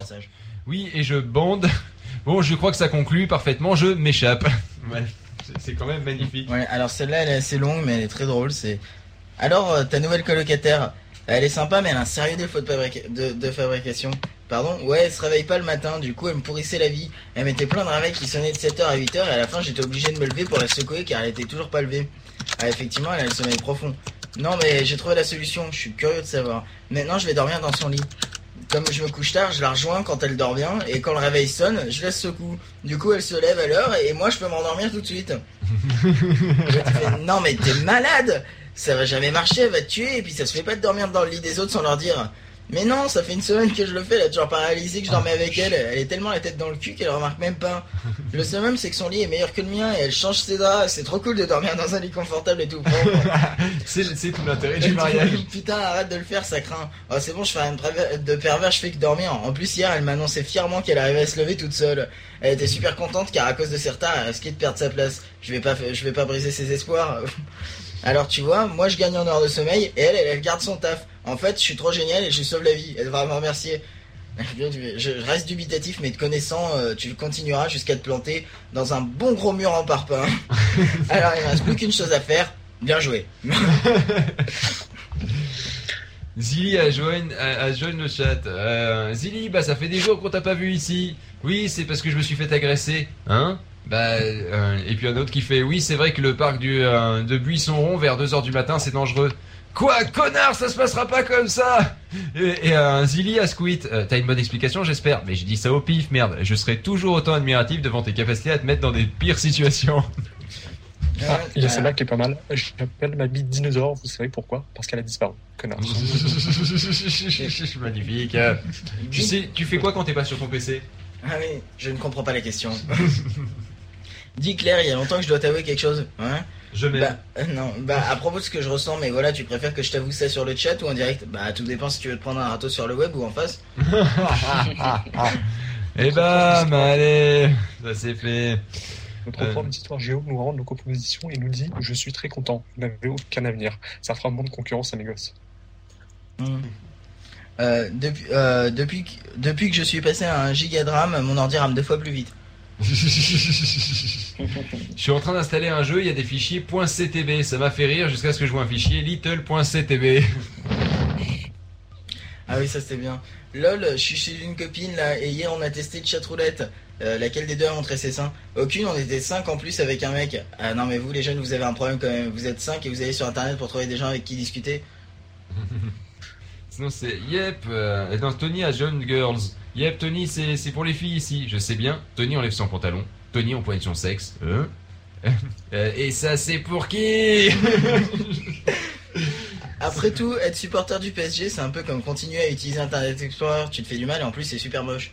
passage. Oui, et je bande. Bon, je crois que ça conclut parfaitement. Je m'échappe. Ouais, c'est quand même magnifique. Ouais, alors celle-là, elle est assez longue, mais elle est très drôle. C'est alors ta nouvelle colocataire, elle est sympa, mais elle a un sérieux défaut de fabrication. Pardon. Ouais, elle se réveille pas le matin. Du coup, elle me pourrissait la vie. Elle mettait plein de réveils qui sonnaient de 7h à 8h, et à la fin, j'étais obligé de me lever pour la secouer car elle était toujours pas levée. Ah, effectivement, elle a le sommeil profond. Non, mais j'ai trouvé la solution. Je suis curieux de savoir. Maintenant, je vais dormir dans son lit. Comme je me couche tard, je la rejoins quand elle dort bien, et quand le réveil sonne, je laisse ce coup. Du coup, elle se lève à l'heure, et moi, je peux m'endormir tout de suite. Non, mais t'es malade! Ça va jamais marcher, elle va te tuer, et puis ça se fait pas de dormir dans le lit des autres sans leur dire. Mais non, ça fait une semaine que je le fais, elle a toujours pas réalisé que je dormais avec elle. Elle est tellement la tête dans le cul qu'elle remarque même pas. Le summum, c'est que son lit est meilleur que le mien, et elle change ses draps. C'est trop cool de dormir dans un lit confortable et tout. C'est tout l'intérêt du mariage. Putain, arrête de le faire, ça craint. Oh, c'est bon, je fais rien de pervers, je fais que dormir. En plus, hier, elle m'annonçait fièrement qu'elle arrivait à se lever toute seule. Elle était super contente car à cause de ses retards, elle risquait de perdre sa place. Je vais pas briser ses espoirs. Alors tu vois, moi je gagne en heure de sommeil et elle garde son taf. En fait, je suis trop génial et je lui sauve la vie. Elle devra me remercier. Je reste dubitatif, mais te connaissant, tu continueras jusqu'à te planter dans un bon gros mur en parpaing. Alors il ne reste plus qu'une chose à faire. Bien joué. Zili a joint le chat. Zili, bah ça fait des jours qu'on t'a pas vu ici. Oui, c'est parce que je me suis fait agresser. Hein? Et puis un autre qui fait oui, c'est vrai que le parc de Buisson-Rond vers 2h du matin c'est dangereux. Quoi, connard, ça se passera pas comme ça. Et Zili a squit. T'as une bonne explication, j'espère. Mais j'ai dit ça au pif, merde. Je serai toujours autant admiratif devant tes capacités à te mettre dans des pires situations. Ah, il y a celle-là qui est pas mal. J'appelle ma bite dinosaure, vous savez pourquoi? Parce qu'elle a disparu. Connard. Magnifique. Tu fais quoi quand t'es pas sur ton PC? Ah oui, je ne comprends pas la question. Dis Claire, il y a longtemps que je dois t'avouer quelque chose. Hein? Je m'aime. Non, à propos de ce que je ressens, mais voilà, tu préfères que je t'avoue ça sur le chat ou en direct? Bah, tout dépend si tu veux te prendre un râteau sur le web ou en face. Eh ben, allez, ça c'est fait. Notre prof d'histoire géo nous rend nos compositions et nous dit « Je suis très content, vous n'avez aucun avenir. Ça fera moins de concurrence à mes gosses. » Depuis que je suis passé à 1 giga de RAM, mon ordi rame 2 fois plus vite. Je suis en train d'installer un jeu, il y a des fichiers .ctb, ça m'a fait rire jusqu'à ce que je vois un fichier little.ctb. Ah oui, ça c'était bien. Lol, je suis chez une copine là, et hier on a testé de chatroulette. Laquelle des deux a montré ses seins? Aucune, on était 5 en plus avec un mec. Ah non mais vous les jeunes, vous avez un problème quand même. Vous êtes 5 et vous allez sur internet pour trouver des gens avec qui discuter. Sinon c'est Yep, non, Tony a John Girls. Yep, Tony c'est pour les filles ici, je sais bien. Tony enlève son pantalon. Tony on pointe son sexe. Et ça c'est pour qui? Après tout, être supporter du PSG, c'est un peu comme continuer à utiliser Internet Explorer. Tu te fais du mal et en plus c'est super moche.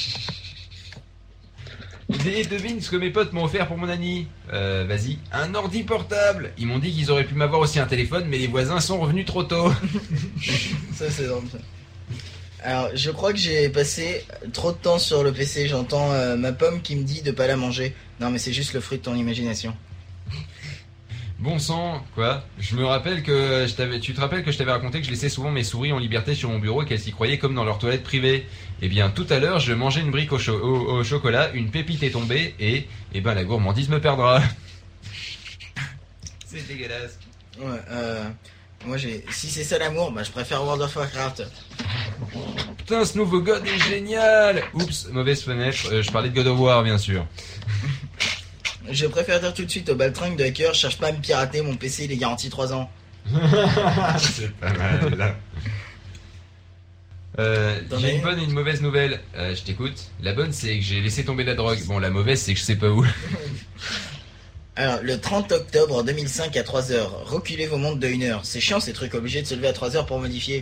Et devine ce que mes potes m'ont offert pour mon Annie. Vas-y, un ordi portable. Ils m'ont dit qu'ils auraient pu m'avoir aussi un téléphone, mais les voisins sont revenus trop tôt. Ça c'est drôle ça. Alors je crois que j'ai passé trop de temps sur le PC. J'entends ma pomme qui me dit de pas la manger. Non mais c'est juste le fruit de ton imagination. Bon sang, quoi? Je me rappelle que tu te rappelles que je t'avais raconté que je laissais souvent mes souris en liberté sur mon bureau et qu'elles s'y croyaient comme dans leur toilette privée. Eh bien, tout à l'heure, je mangeais une brique au chocolat, une pépite est tombée et ben la gourmandise me perdra. C'est dégueulasse. Ouais, moi si c'est ça l'amour, bah je préfère World of Warcraft. Putain, ce nouveau God est génial. Oups, mauvaise fenêtre. Je parlais de God of War, bien sûr. Je préfère dire tout de suite au baltringue de hacker, cherche pas à me pirater, mon PC il est garanti 3 ans. C'est pas mal là. J'ai une bonne et une mauvaise nouvelle. Je t'écoute. La bonne c'est que j'ai laissé tomber la drogue. Bon, la mauvaise c'est que je sais pas où. Alors, le 30 octobre 2005 à 3h, reculez vos montres de 1 heure. C'est chiant ces trucs, obligés de se lever à 3h pour modifier.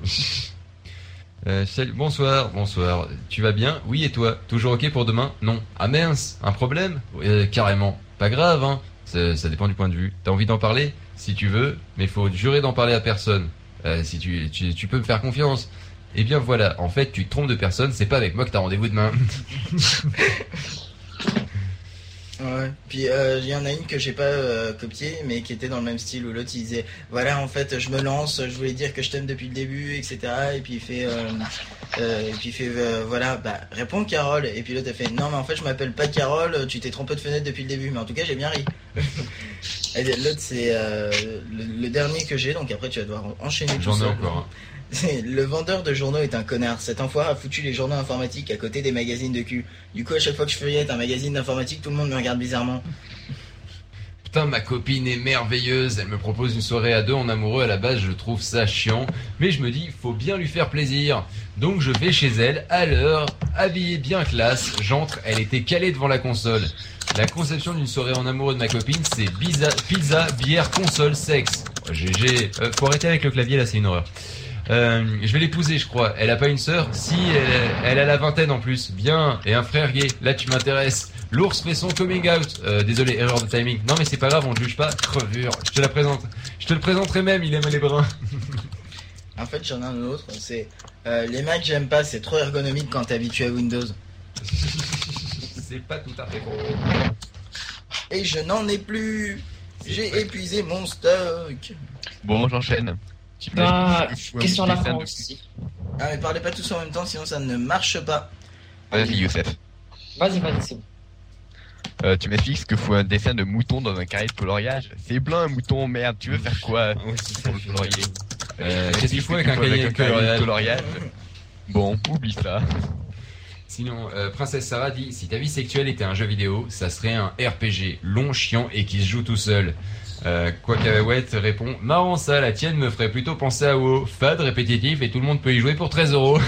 Salut, bonsoir. Tu vas bien? Oui, et toi? Toujours ok pour demain? Non. Ah mince, un problème? Carrément. Pas grave, hein. Ça dépend du point de vue. T'as envie d'en parler? Si tu veux, mais faut jurer d'en parler à personne. Si tu peux me faire confiance. Eh bien voilà, en fait, tu te trompes de personne, c'est pas avec moi que t'as rendez-vous demain. Ouais. Puis il y en a une que j'ai pas copiée, mais qui était dans le même style où l'autre il disait voilà en fait je me lance, je voulais dire que je t'aime depuis le début, etc. Et puis voilà bah réponds Carole. Et puis l'autre a fait non mais en fait je m'appelle pas Carole, tu t'es trompé de fenêtre depuis le début, mais en tout cas j'ai bien ri. Et l'autre c'est le dernier que j'ai, donc après tu vas devoir enchaîner tout J'en ai seul. encore un. Le vendeur de journaux est un connard. Cet enfoiré a foutu les journaux informatiques à côté des magazines de cul. Du coup, à chaque fois que je feuillette un magazine d'informatique, tout le monde me regarde bizarrement. Putain, ma copine est merveilleuse, elle me propose une soirée à deux en amoureux, à la base je trouve ça chiant, mais je me dis, faut bien lui faire plaisir. Donc je vais chez elle, à l'heure, habillée bien classe, j'entre, elle était calée devant la console. La conception d'une soirée en amoureux de ma copine, c'est pizza, bière, console, sexe. Oh, GG, faut arrêter avec le clavier là, c'est une horreur. Je vais l'épouser, je crois. Elle a pas une sœur? Si, elle a la vingtaine en plus. Bien. Et un frère gay. Là, tu m'intéresses. L'ours fait son coming out. Désolé, erreur de timing. Non, mais c'est pas grave, on ne juge pas. Crevure. Je te la présente. Je te le présenterai même, il aime les bruns. En fait, j'en ai un autre. C'est les Macs, j'aime pas. C'est trop ergonomique quand t'es habitué à Windows. C'est pas tout à fait bon. Et je n'en ai plus. J'ai épuisé mon stock. Bon, j'enchaîne. Question à la fin aussi. Ah, mais parlez pas tous en même temps, sinon ça ne marche pas. Vas-y, Youssef. Vas-y, c'est bon. Tu m'expliques ce que faut un dessin de mouton dans un carré de coloriage. C'est blanc un mouton, merde, tu veux faire quoi pour le colorier? Qu'est-ce qu'il faut avec un cahier de coloriage? Bon, oublie ça. Sinon, Princesse Sarah dit, si ta vie sexuelle était un jeu vidéo, ça serait un RPG, long, chiant et qui se joue tout seul. Quacahuète répond, marrant ça, la tienne me ferait plutôt penser à WoW, fade, répétitif et tout le monde peut y jouer pour 13 €.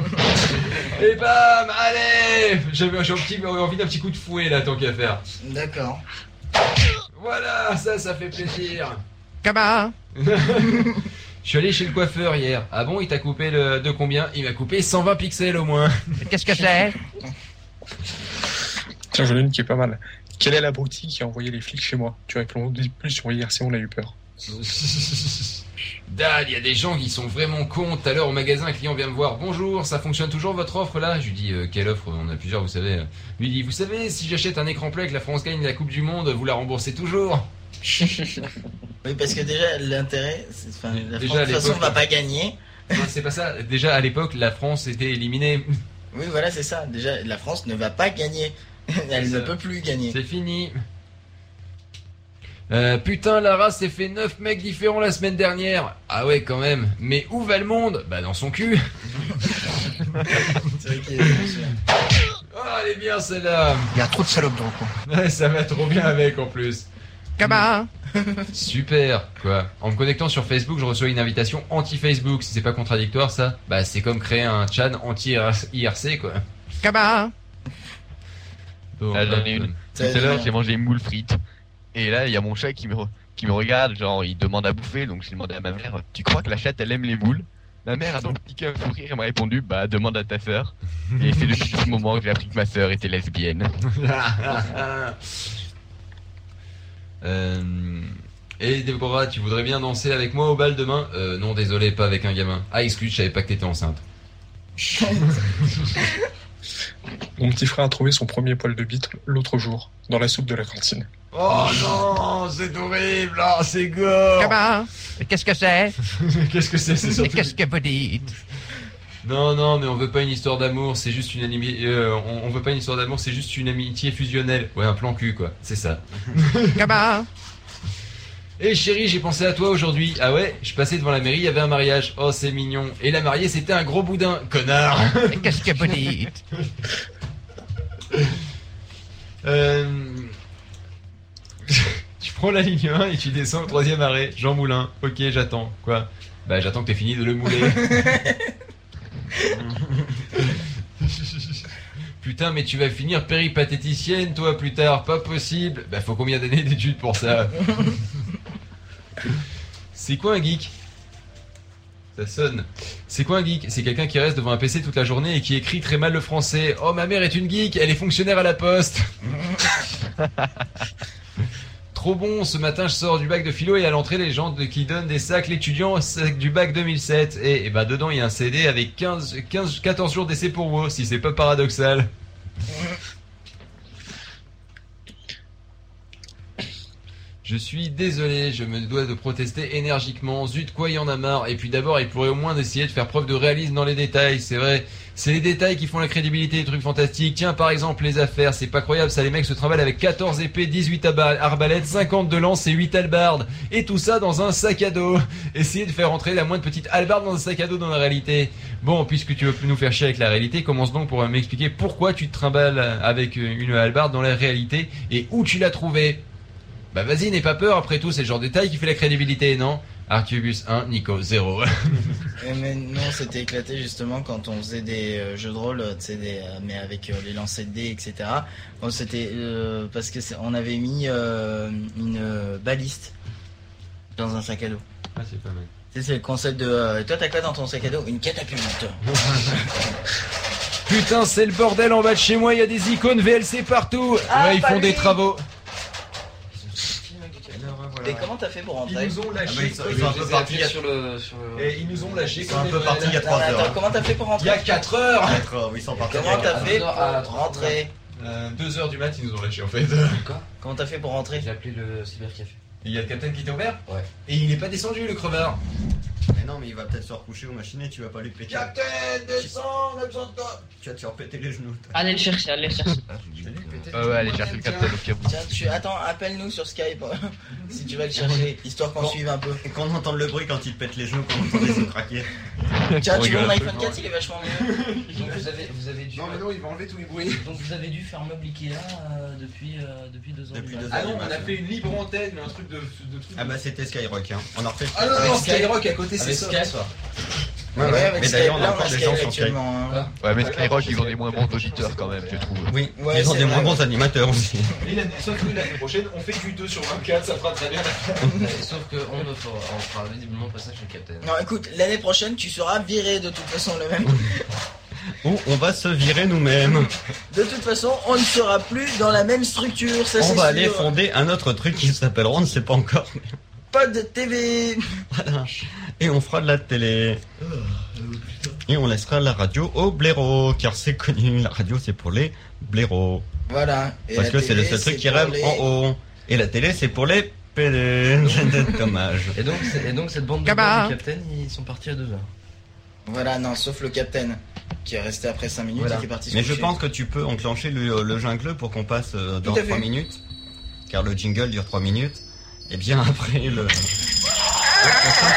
Et bam, allez, j'ai envie d'un petit coup de fouet là, tant qu'à faire. D'accord. Voilà, ça fait plaisir. Comment? Je suis allé chez le coiffeur hier. Ah bon, il t'a coupé de combien? Il m'a coupé 120 pixels au moins. Qu'est-ce que c'est? Tiens, j'en ai une qui est pas mal. Quelle est l'abruti qui a envoyé les flics chez moi? Tu réponds plus sur IRC, on a eu peur. Dad, il y a des gens qui sont vraiment cons. Tout à l'heure au magasin, un client vient me voir. Bonjour, ça fonctionne toujours votre offre là? Je lui dis quelle offre? On a plusieurs, vous savez. Lui dit, vous savez, si j'achète un écran plat et que la France gagne la Coupe du Monde, vous la remboursez toujours. Oui, parce que déjà, l'intérêt, la Déjà, France, à de toute façon, l'époque, va pas gagner. Non, c'est pas ça. Déjà à l'époque, la France était éliminée. Oui, voilà, c'est ça. Déjà, la France ne va pas gagner. Elle ne peut plus gagner. C'est fini. Putain, Lara s'est fait 9 mecs différents la semaine dernière. Ah ouais, quand même. Mais où va le monde? Bah dans son cul. C'est vrai qu'il est bon, celui-là. Oh, elle est bien celle-là. Il y a trop de salopes dans le coin. Ouais, ça va trop bien avec en plus. Comment? Super, quoi. En me connectant sur Facebook, je reçois une invitation anti-Facebook. Si c'est pas contradictoire, ça, bah c'est comme créer un chat anti-IRC, quoi. Comment? Bon, J'en ai une. Tout Ça à va être l'heure, bien. j'ai mangé une moule frite. Et là, il y a mon chat qui me regarde, genre, il demande à bouffer, donc j'ai demandé à ma mère, tu crois que la chatte, elle aime les moules? Ma mère a donc piqué un fou rire et m'a répondu, bah, demande à ta sœur. Et c'est depuis ce moment que j'ai appris que ma sœur était lesbienne. Et Déborah, tu voudrais bien danser avec moi au bal demain? Non, désolé, pas avec un gamin. Ah, excuse, je savais pas que t'étais enceinte. Mon petit frère a trouvé son premier poil de bite l'autre jour, dans la soupe de la cantine. Oh non, c'est horrible, oh, c'est gore. Comment? Qu'est-ce que c'est? Qu'est-ce que c'est surtout... Qu'est-ce que vous dites? Non, mais on veut pas une histoire d'amour, c'est juste une on veut pas une histoire d'amour, c'est juste une amitié fusionnelle. Ouais, un plan cul, quoi, c'est ça. Comment? Eh chérie, j'ai pensé à toi aujourd'hui. Ah ouais, je passais devant la mairie, il y avait un mariage. Oh, c'est mignon. Et la mariée, c'était un gros boudin. Connard. Qu'est-ce que vous dites? Tu prends la ligne 1 et tu descends au 3e arrêt. Jean Moulin. Ok, j'attends. Quoi? Bah, j'attends que t'aies fini de le mouler. Putain, mais tu vas finir péripatéticienne, toi, plus tard. Pas possible. Bah, faut combien d'années d'études pour ça? C'est quoi un geek? Ça sonne. C'est quoi un geek? C'est quelqu'un qui reste devant un PC toute la journée et qui écrit très mal le français. Oh, ma mère est une geek, elle est fonctionnaire à la poste. Trop bon, ce matin je sors du bac de philo et à l'entrée les gens qui donnent des sacs l'étudiant sac du bac 2007 et bah dedans il y a un CD avec 14 jours d'essai pour WoW, si c'est pas paradoxal. Je suis désolé, je me dois de protester énergiquement. Zut, quoi, il y en a marre. Et puis d'abord, il pourrait au moins essayer de faire preuve de réalisme dans les détails. C'est vrai, c'est les détails qui font la crédibilité des trucs fantastiques. Tiens, par exemple, les affaires, c'est pas croyable ça. Les mecs se trimballent avec 14 épées, 18 arbalètes, 50 de lance et 8 hallebardes. Et tout ça dans un sac à dos. Essayez de faire entrer la moindre petite hallebarde dans un sac à dos dans la réalité. Bon, puisque tu veux plus nous faire chier avec la réalité, commence donc pour m'expliquer pourquoi tu te trimbales avec une hallebarde dans la réalité et où tu l'as trouvée. Bah vas-y, n'aie pas peur, après tout, c'est le genre de détail qui fait la crédibilité, non? Arcubus 1, Nico 0. Mais non, c'était éclaté justement quand on faisait des jeux de rôle, tu sais, mais avec les lancers de dés, etc. Bon, c'était parce que on avait mis une baliste dans un sac à dos. Ah, c'est pas mal. Tu sais, c'est le concept de... toi, t'as quoi dans ton sac à dos? Une catapulte. Putain, c'est le bordel en bas de chez moi, il y a des icônes VLC partout. Ah, ouais, ils font lui. des travaux. Et comment t'as fait pour rentrer? Ils nous ont lâché. Ils sont un peu partis sur le... Et ils nous ont lâché. Ils sont un peu partis il y a 3 Attends, heures. comment t'as fait pour Il rentrer? y a 4 heures. Ils sont partis. Comment t'as fait à pour rentrer? 2 heures du mat, ils nous ont lâché en fait. Comment t'as fait pour rentrer? J'ai appelé le cybercafé. Il y a le capitaine qui était ouvert. Ouais. Et il est pas descendu, le crevard. Mais non, mais il va peut-être se recoucher au machinet, tu vas pas lui péter. Capitaine, descends, on a besoin de toi. Tu vas te faire péter les genoux. Allez le chercher, allez le chercher. Ouais, allez chercher le capitaine au cas où. Tiens, attends, appelle-nous sur Skype si tu vas le chercher, histoire qu'on Bon. suive un peu. Et qu'on entende le bruit quand il te pète les genoux, qu'on entend les os craquer. Tiens, tu vois, mon Regarde. iPhone 4 il est vachement mieux. Donc vous avez dû... Non, il va enlever tous les bruits. Donc vous avez dû faire meuble Ikea depuis 2 ans. Depuis du 2 mat. ans. Ah non, on a fait une libre antenne, mais un truc de truc. Ah bah c'était Skyrock, hein. On en refait. Ah non, non, Skyrock à côté, c'est Avec ça. Skype. Ouais, ouais. avec Mais Skype, d'ailleurs, on a là, encore des Skype gens sur Skype. actuellement, hein. Ouais, mais Skyrock, ils ont des moins bons auditeurs quand même, je trouve. Oui, Ouais, ils ont c'est des vrai. moins bons animateurs aussi. Et sauf que l'année prochaine, on fait du 2 sur 24, ça fera très bien. Sauf qu'on fera visiblement pas ça chez le capitaine. Non, écoute, l'année prochaine, tu seras viré de toute façon le même. Ou on va se virer nous-mêmes. De toute façon, on ne sera plus dans la même structure, ça On c'est va sûr. aller fonder un autre truc qui s'appellera, on ne sait pas encore. Pas de TV. Voilà. Et on fera de la télé. Et on laissera la radio aux blaireaux, car c'est connu, la radio c'est pour les blaireaux. Voilà. Et Parce la que c'est le télé, seul truc qui pour rêve les- en haut. Et la télé c'est pour les PD. Dommage. Et donc cette bande de Kaba. gars du capitaine, ils sont partis à 2 heures. Voilà, non, sauf le capitaine, qui est resté après 5 minutes Voilà. et qui est parti se Mais je coucher. pense que tu peux enclencher le jungle pour qu'on passe dans Tout à fait. 3 minutes. Car le jingle dure 3 minutes. Et bien après le prochain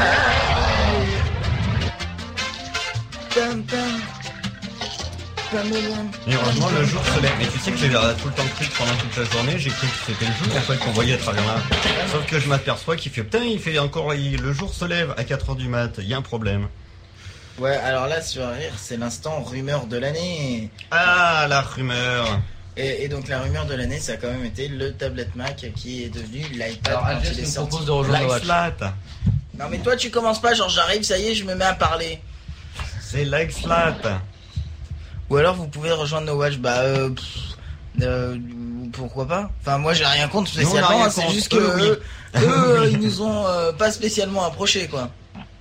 Pam, pam. Pam, pam. Et heureusement le jour se lève. Mais tu sais que j'ai tout le temps cru que pendant toute la journée, j'ai cru que c'était le jour en fait qu'on voyait à travers là. Sauf que je m'aperçois qu'il fait putain, il fait encore le jour se lève à 4h du mat, il y a un problème. Ouais, alors là, sur Rire, c'est l'instant rumeur de l'année. Ah la rumeur. Et donc la rumeur de l'année, ça a quand même été le tablette Mac qui est devenu l'iPad Alors quand Alges il est nous sorti. propose de rejoindre Like Watch. flat. Non mais toi tu commences pas, genre j'arrive, ça y est, je me mets à parler. C'est like flat. Ou alors vous pouvez rejoindre No Watch, pourquoi pas. Enfin moi j'ai rien contre Nous, on a spécialement, rien hein, c'est contre. juste que Eux, oui. eux, ils nous ont pas spécialement approchés quoi.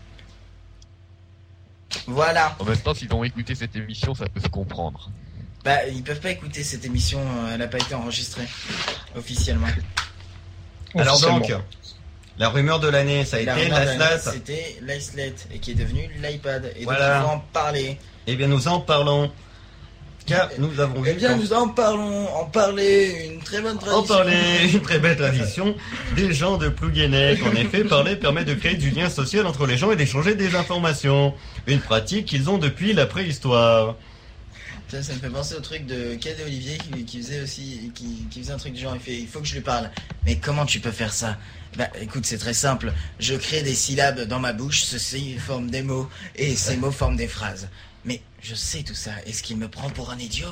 Voilà. En même temps, s'ils ont écouté cette émission, ça peut se comprendre. Bah ils peuvent pas écouter cette émission, elle a pas été enregistrée officiellement. Alors donc, Officiellement. la rumeur de l'année, ça a La été rumeur de la l'année, slat. c'était l'iSlet et qui est devenu l'iPad. Et Voilà. donc il faut en parler. Eh bien nous en parlons. Car nous avons Eh vu bien nous en parlons, en parler, une très bonne tradition. en parler, une très belle tradition des gens de Plouguenec. En effet, parler permet de créer du lien social entre les gens et d'échanger des informations. Une pratique qu'ils ont depuis la préhistoire. Ça me fait penser au truc de Cad et Olivier qui faisait aussi, qui faisait un truc du genre, il faut que je lui parle. Mais comment tu peux faire ça? Bah écoute, c'est très simple. Je crée des syllabes dans ma bouche, ceci forme des mots, et ces mots forment des phrases. Mais je sais tout ça, est-ce qu'il me prend pour un idiot?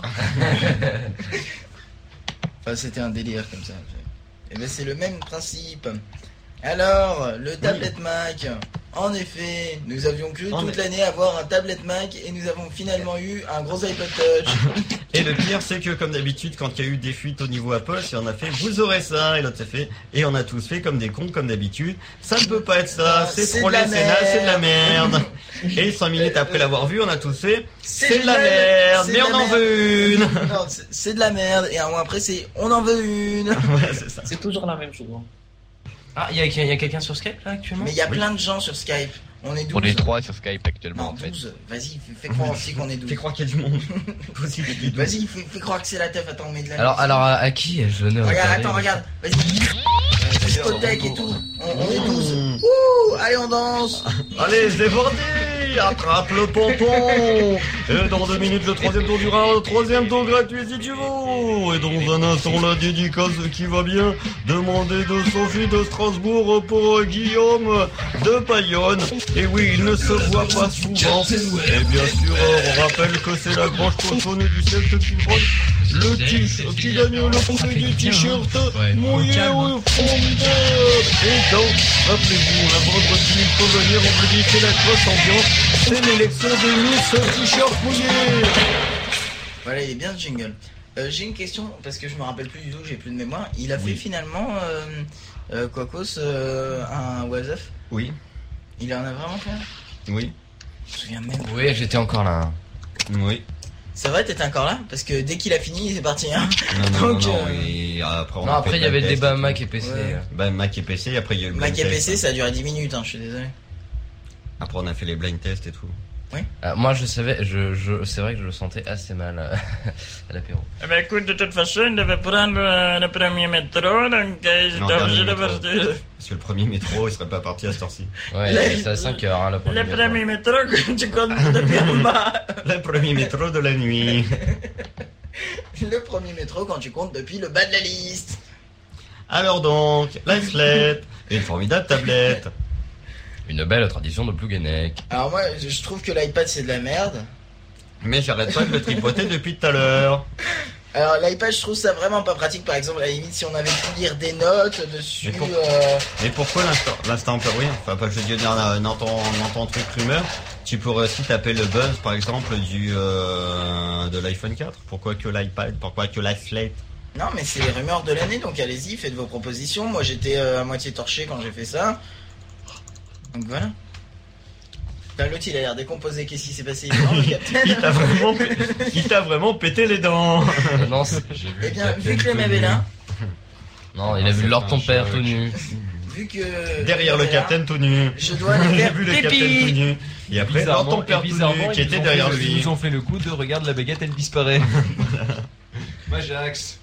Enfin, c'était un délire comme ça. Et ben c'est le même principe. Alors, le tablette Mac. En effet, nous avions cru En toute effet. l'année avoir un tablette Mac et nous avons finalement eu un gros iPod Touch. Et le pire, c'est que comme d'habitude, quand il y a eu des fuites au niveau Apple, si on a fait, vous aurez ça, et l'autre s'est fait, et on a tous fait comme des cons, comme d'habitude. Ça ne peut pas être ça, c'est C'est trop de la laid, c'est naze, c'est de la merde. Et 5 minutes après l'avoir vu, on a tous fait, c'est de la merde, c'est mais de on la en veut une. Non, c'est de la merde. Et un mois après, c'est on en veut une. Ouais, c'est ça. C'est toujours la même chose. Hein. Ah, il y a quelqu'un sur Skype là actuellement? Mais il y a plein de gens sur Skype. On est 12. On est 3 sur Skype actuellement Non, en fait. 12. Vas-y, fais croire aussi qu'on est 12. Fais croire qu'il y a du monde. Aussi, il y a du monde. Vas-y, fais croire que c'est la teuf. Attends, on met de la Alors, musique. à qui je ne Regarde, attends, regarde. Vas-y. Discothèque et tout. On est 12. Ouh, allez, on danse. Allez, c'est parti. Attrape le pompon. Et dans 2 minutes, le 3e tour du round, 3e tour gratuit si tu veux. Et dans un instant, la dédicace qui va bien. Demandez de Sophie de Strasbourg pour Guillaume de Bayonne. Et oui, il ne se voit pas souvent. Et bien sûr, on rappelle que c'est la branche cochonnée du secte qui prend le t-shirt, qui gagne le prix du t-shirt mouillé au fond de. Et donc, rappelez-vous, la vendredi, il faut venir, on vous dit c'est la grosse ambiance. C'est l'élection des Miss T-shirt mouillé. Voilà, il est bien le jingle. J'ai une question, parce que je me rappelle plus du tout, j'ai plus de mémoire. Il a fait Oui. finalement, Quacos, un was-of. Oui, Il en a vraiment fait un? oui, Je me souviens même. Oui, j'étais encore là. oui. C'est vrai, t'étais encore là? Parce que dès qu'il a fini, il est parti, hein. Non, Donc, et après, on Non, a après fait il y avait le blind test débat et tout. Mac et PC. Ouais. Bah, Mac et PC, et après il y a eu le blind Mac et test. PC, ça a duré 10 minutes, hein, je suis désolé. Après, on a fait les blind tests et tout. Moi je savais, c'est vrai que je le sentais assez mal à l'apéro. Eh ben écoute, de toute façon, il devait prendre le premier métro, donc j'étais Non, obligé de dernier métro. partir. Parce que le premier métro, il serait pas parti à cette heure-ci. Ouais, c'est à 5h hein, le premier. Le premier métro que tu comptes depuis en bas. Le premier métro de la nuit. Le premier métro quand tu comptes depuis le bas de la liste. Alors donc, l'iPad, une formidable tablette. Une belle tradition de Plouguenec. Alors moi, je trouve que l'iPad c'est de la merde. Mais j'arrête pas de le tripoter depuis tout à l'heure. Alors l'iPad, je trouve ça vraiment pas pratique. Par exemple, à la limite, si on avait pu lire des notes dessus. Mais Et pourquoi l'instant peut rien? Enfin, pas je veux dire, on entend truc rumeur. Tu pourrais aussi taper le buzz, par exemple, de l'iPhone 4. Pourquoi que l'iPad? Pourquoi que l'iPad? Non, mais c'est les rumeurs de l'année, donc allez-y, faites vos propositions. Moi, j'étais à moitié torché quand j'ai fait ça. Donc voilà. Là, l'autre, il a l'air décomposé. Qu'est-ce qui s'est passé? Non, le capitaine. Il t'a vraiment pété les dents. Non, J'ai vu Eh bien, Captain vu que le tout mec est nu. là, non, il a vu Lord ton père tout nu. vu que. Derrière le est là, capitaine tout nu. Je dois aller J'ai faire vu le capitaine tout pipi. nu. Et après, dans ton père tout nu qui était derrière lui. Ils nous ont fait le coup de regarde la baguette, elle disparaît. Moi, Jax.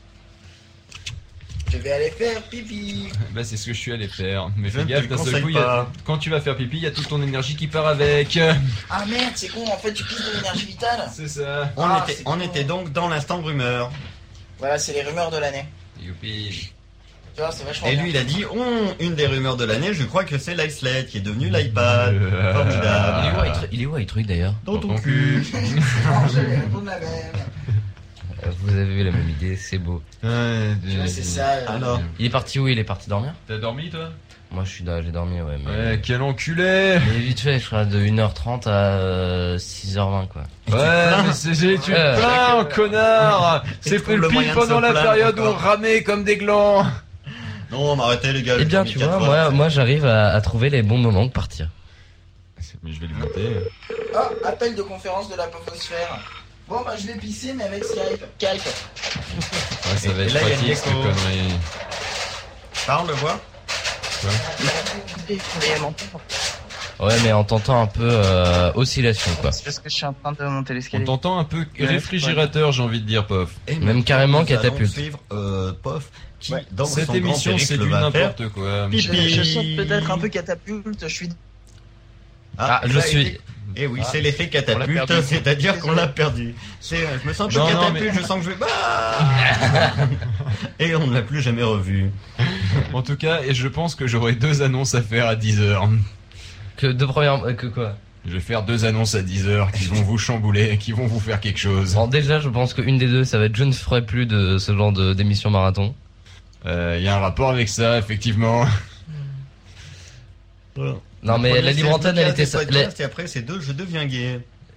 Je vais aller faire pipi. Bah, c'est ce que je suis allé faire. Mais Je fais ne gaffe, te d'un seul conseille coup, il y a- pas. quand tu vas faire pipi, il y a toute ton énergie qui part avec. Ah merde, c'est con, en fait, tu pisses de l'énergie vitale. C'est ça. On était donc dans l'instant rumeur. Voilà, c'est les rumeurs de l'année. Youpi. Tu vois, c'est vachement Et bien. lui, il a dit, une des rumeurs de l'année, je crois que c'est l'iSled qui est devenu l'iPad. Formidable. Il est où iTruc d'ailleurs? Dans ton cul. Non, j'allais répondre la même. Vous avez eu la même idée, c'est beau. Tu vois, c'est ça. Alors, Il est parti où? Il est parti dormir? T'as dormi, toi? Moi j'ai dormi, ouais. Mais... Ouais, quel enculé. Mais vite fait, je crois de 1h30 à 6h20 quoi. Ouais, mais tu te plains, connard. C'est trouve le le pile moyen de pendant se la plaindre période où on encore. ramait comme des glands. non, mais arrêtez les gars. Eh bien j'ai tu mis vois, 4 fois. moi j'arrive à trouver les bons moments de partir. Mais je vais le monter. Oh, appel de conférence de la Pofosphère. Bon, bah, je vais pisser, mais avec Skype. Calpe. Ouais, ça va Et être là, il y a pratique, le cette gecko. connerie. Parle, le voir. Ouais mais en tentant un peu oscillation quoi. C'est parce que je suis en train de monter On l'escalier. t'entend un peu réfrigérateur, j'ai envie de dire, Pof. Et Même maintenant, carrément nous allons catapulte. suivre Pof, qui, Ouais. dans Cette son émission, grand c'est périple, du va faire n'importe quoi. pipi. Je sens peut-être un peu catapulte, je suis. Ah, je là, suis... Et oui, c'est l'effet On l'a catapulte, perdu. c'est-à-dire qu'on l'a perdu. Je me sens un peu Non, non, catapulte, je sens que je vais... Et on ne l'a plus jamais revu. En tout cas, et je pense que j'aurai 2 annonces à faire à 10h. Que deux premières... que quoi? Je vais faire 2 annonces à 10h qui vont vous chambouler, qui vont vous faire quelque chose. Bon déjà je pense qu'une des deux ça va être je ne ferai plus de ce genre d'émission marathon. Il y a un rapport avec ça, effectivement. Voilà. Non mais Premier, la libre c'est antenne elle était... podcast, et après c'est 2, je deviens gay.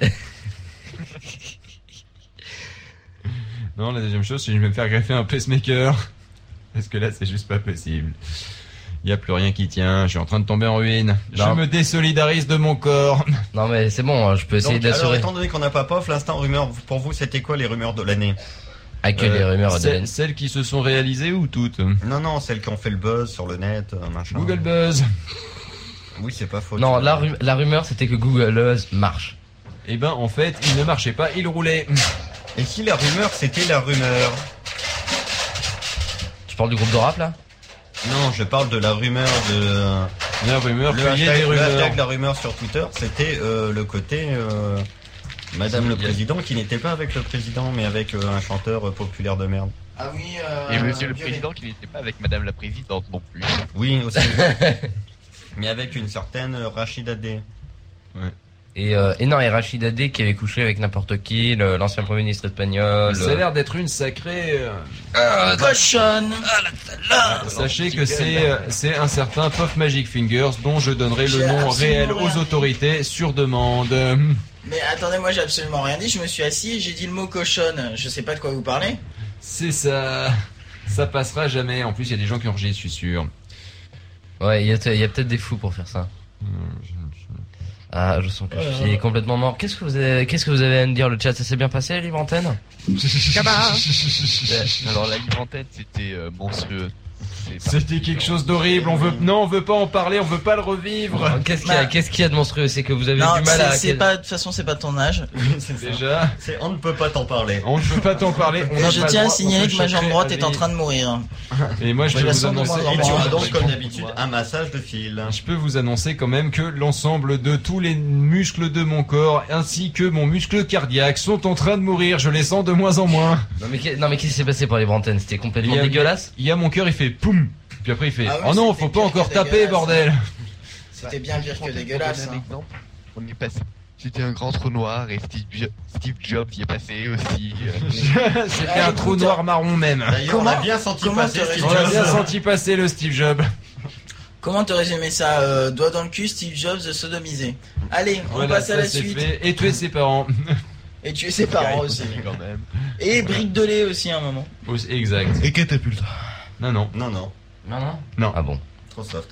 Non, la deuxième chose, c'est que je vais me faire greffer un pacemaker. Parce que là, c'est juste pas possible. Il y a plus rien qui tient, je suis en train de tomber en ruine. Je Non. me désolidarise de mon corps. Non mais c'est bon, je peux essayer Donc, alors, d'assurer. étant donné qu'on n'a pas Pof, l'instant rumeur, pour vous, c'était quoi les rumeurs de l'année? Ah, que les rumeurs de Lens. Celles qui se sont réalisées ou toutes? Non, celles qui ont fait le buzz sur le net, machin. Google Buzz. Oui, c'est pas faux. Non, la rumeur c'était que Google Buzz marche. Eh ben, en fait, il ne marchait pas, il roulait. Et si la rumeur, c'était la rumeur? Tu parles du groupe de rap là? Non, je parle de la rumeur de... La rumeur, Le qu'il y ait des hashtag, rumeurs. la rumeur sur Twitter, c'était le côté Madame le Président qui n'était pas avec le Président, mais avec un chanteur populaire de merde. Ah oui, Et Monsieur le violet. Président qui n'était pas avec Madame la Présidente non plus. Oui, aussi. Mais avec une certaine Rachida D. Et non, et Rachid Adé qui avait couché avec n'importe qui, l'ancien premier ministre espagnol. Ça a l'air d'être une sacrée... Cochonne. Sachez que c'est un certain Puff Magic Fingers dont je donnerai le J'ai nom réel absolument aux rien. autorités sur demande. Mais attendez, moi j'ai absolument rien dit, je me suis assis et j'ai dit le mot cochonne. Je sais pas de quoi vous parlez. C'est ça. Ça passera jamais. En plus, il y a des gens qui ont régé, je suis sûr. Ouais, il y a peut-être des fous pour faire ça. Ah, je sens que je suis complètement mort. Qu'est-ce que vous avez à me dire, le chat? Ça s'est bien passé, libre antenne? Alors la libre antenne c'était monstrueux. C'était quelque chose d'horrible. On veut pas en parler. On veut pas le revivre. Qu'est-ce qu'il y a de monstrueux? C'est que vous avez Non, du mal à... c'est pas, de toute façon, c'est pas ton âge. C'est ça. Déjà, On ne peut pas t'en parler. on ne peut pas t'en parler. On Et n'a je pas le tiens à droit, signaler on que ma peut jambe choquer droite est en Ali. train de mourir. Et moi, je Je peux la vous sens de annoncer. moins en Et moins. tu auras Je donc, comme comprends. d'habitude, un massage de fil. Je peux vous annoncer quand même que l'ensemble de tous les muscles de mon corps ainsi que mon muscle cardiaque sont en train de mourir. Je les sens de moins en moins. Non mais qu'est-ce qui s'est passé pour les antennes? C'était complètement Il y a- dégueulasse. Il y a mon cœur, il fait poum. Puis après, il fait Ah oui, oh non, c'était faut pas pire encore que taper, dégueulasse. bordel. C'était bien pire que dégueulasse. Un hein. exemple, on est passé. C'était un grand trou noir et Steve Jobs y est passé aussi. C'était un trou noir marron même. D'ailleurs, on Comment- a bien senti comment passer te Steve On a bien Jobs. senti passer le Steve Jobs. Comment te résumer ça? Doigt dans le cul, Steve Jobs sodomisé. Allez, on Voilà, passe à ça, la c'est suite. fait. Et tuer ses parents. Et tuer ses parents aussi. quand même. Et brique de lait aussi à un moment. Exact. Et catapulte. Non, non. Non, non, Non, non. Non. Ah bon. trop soft.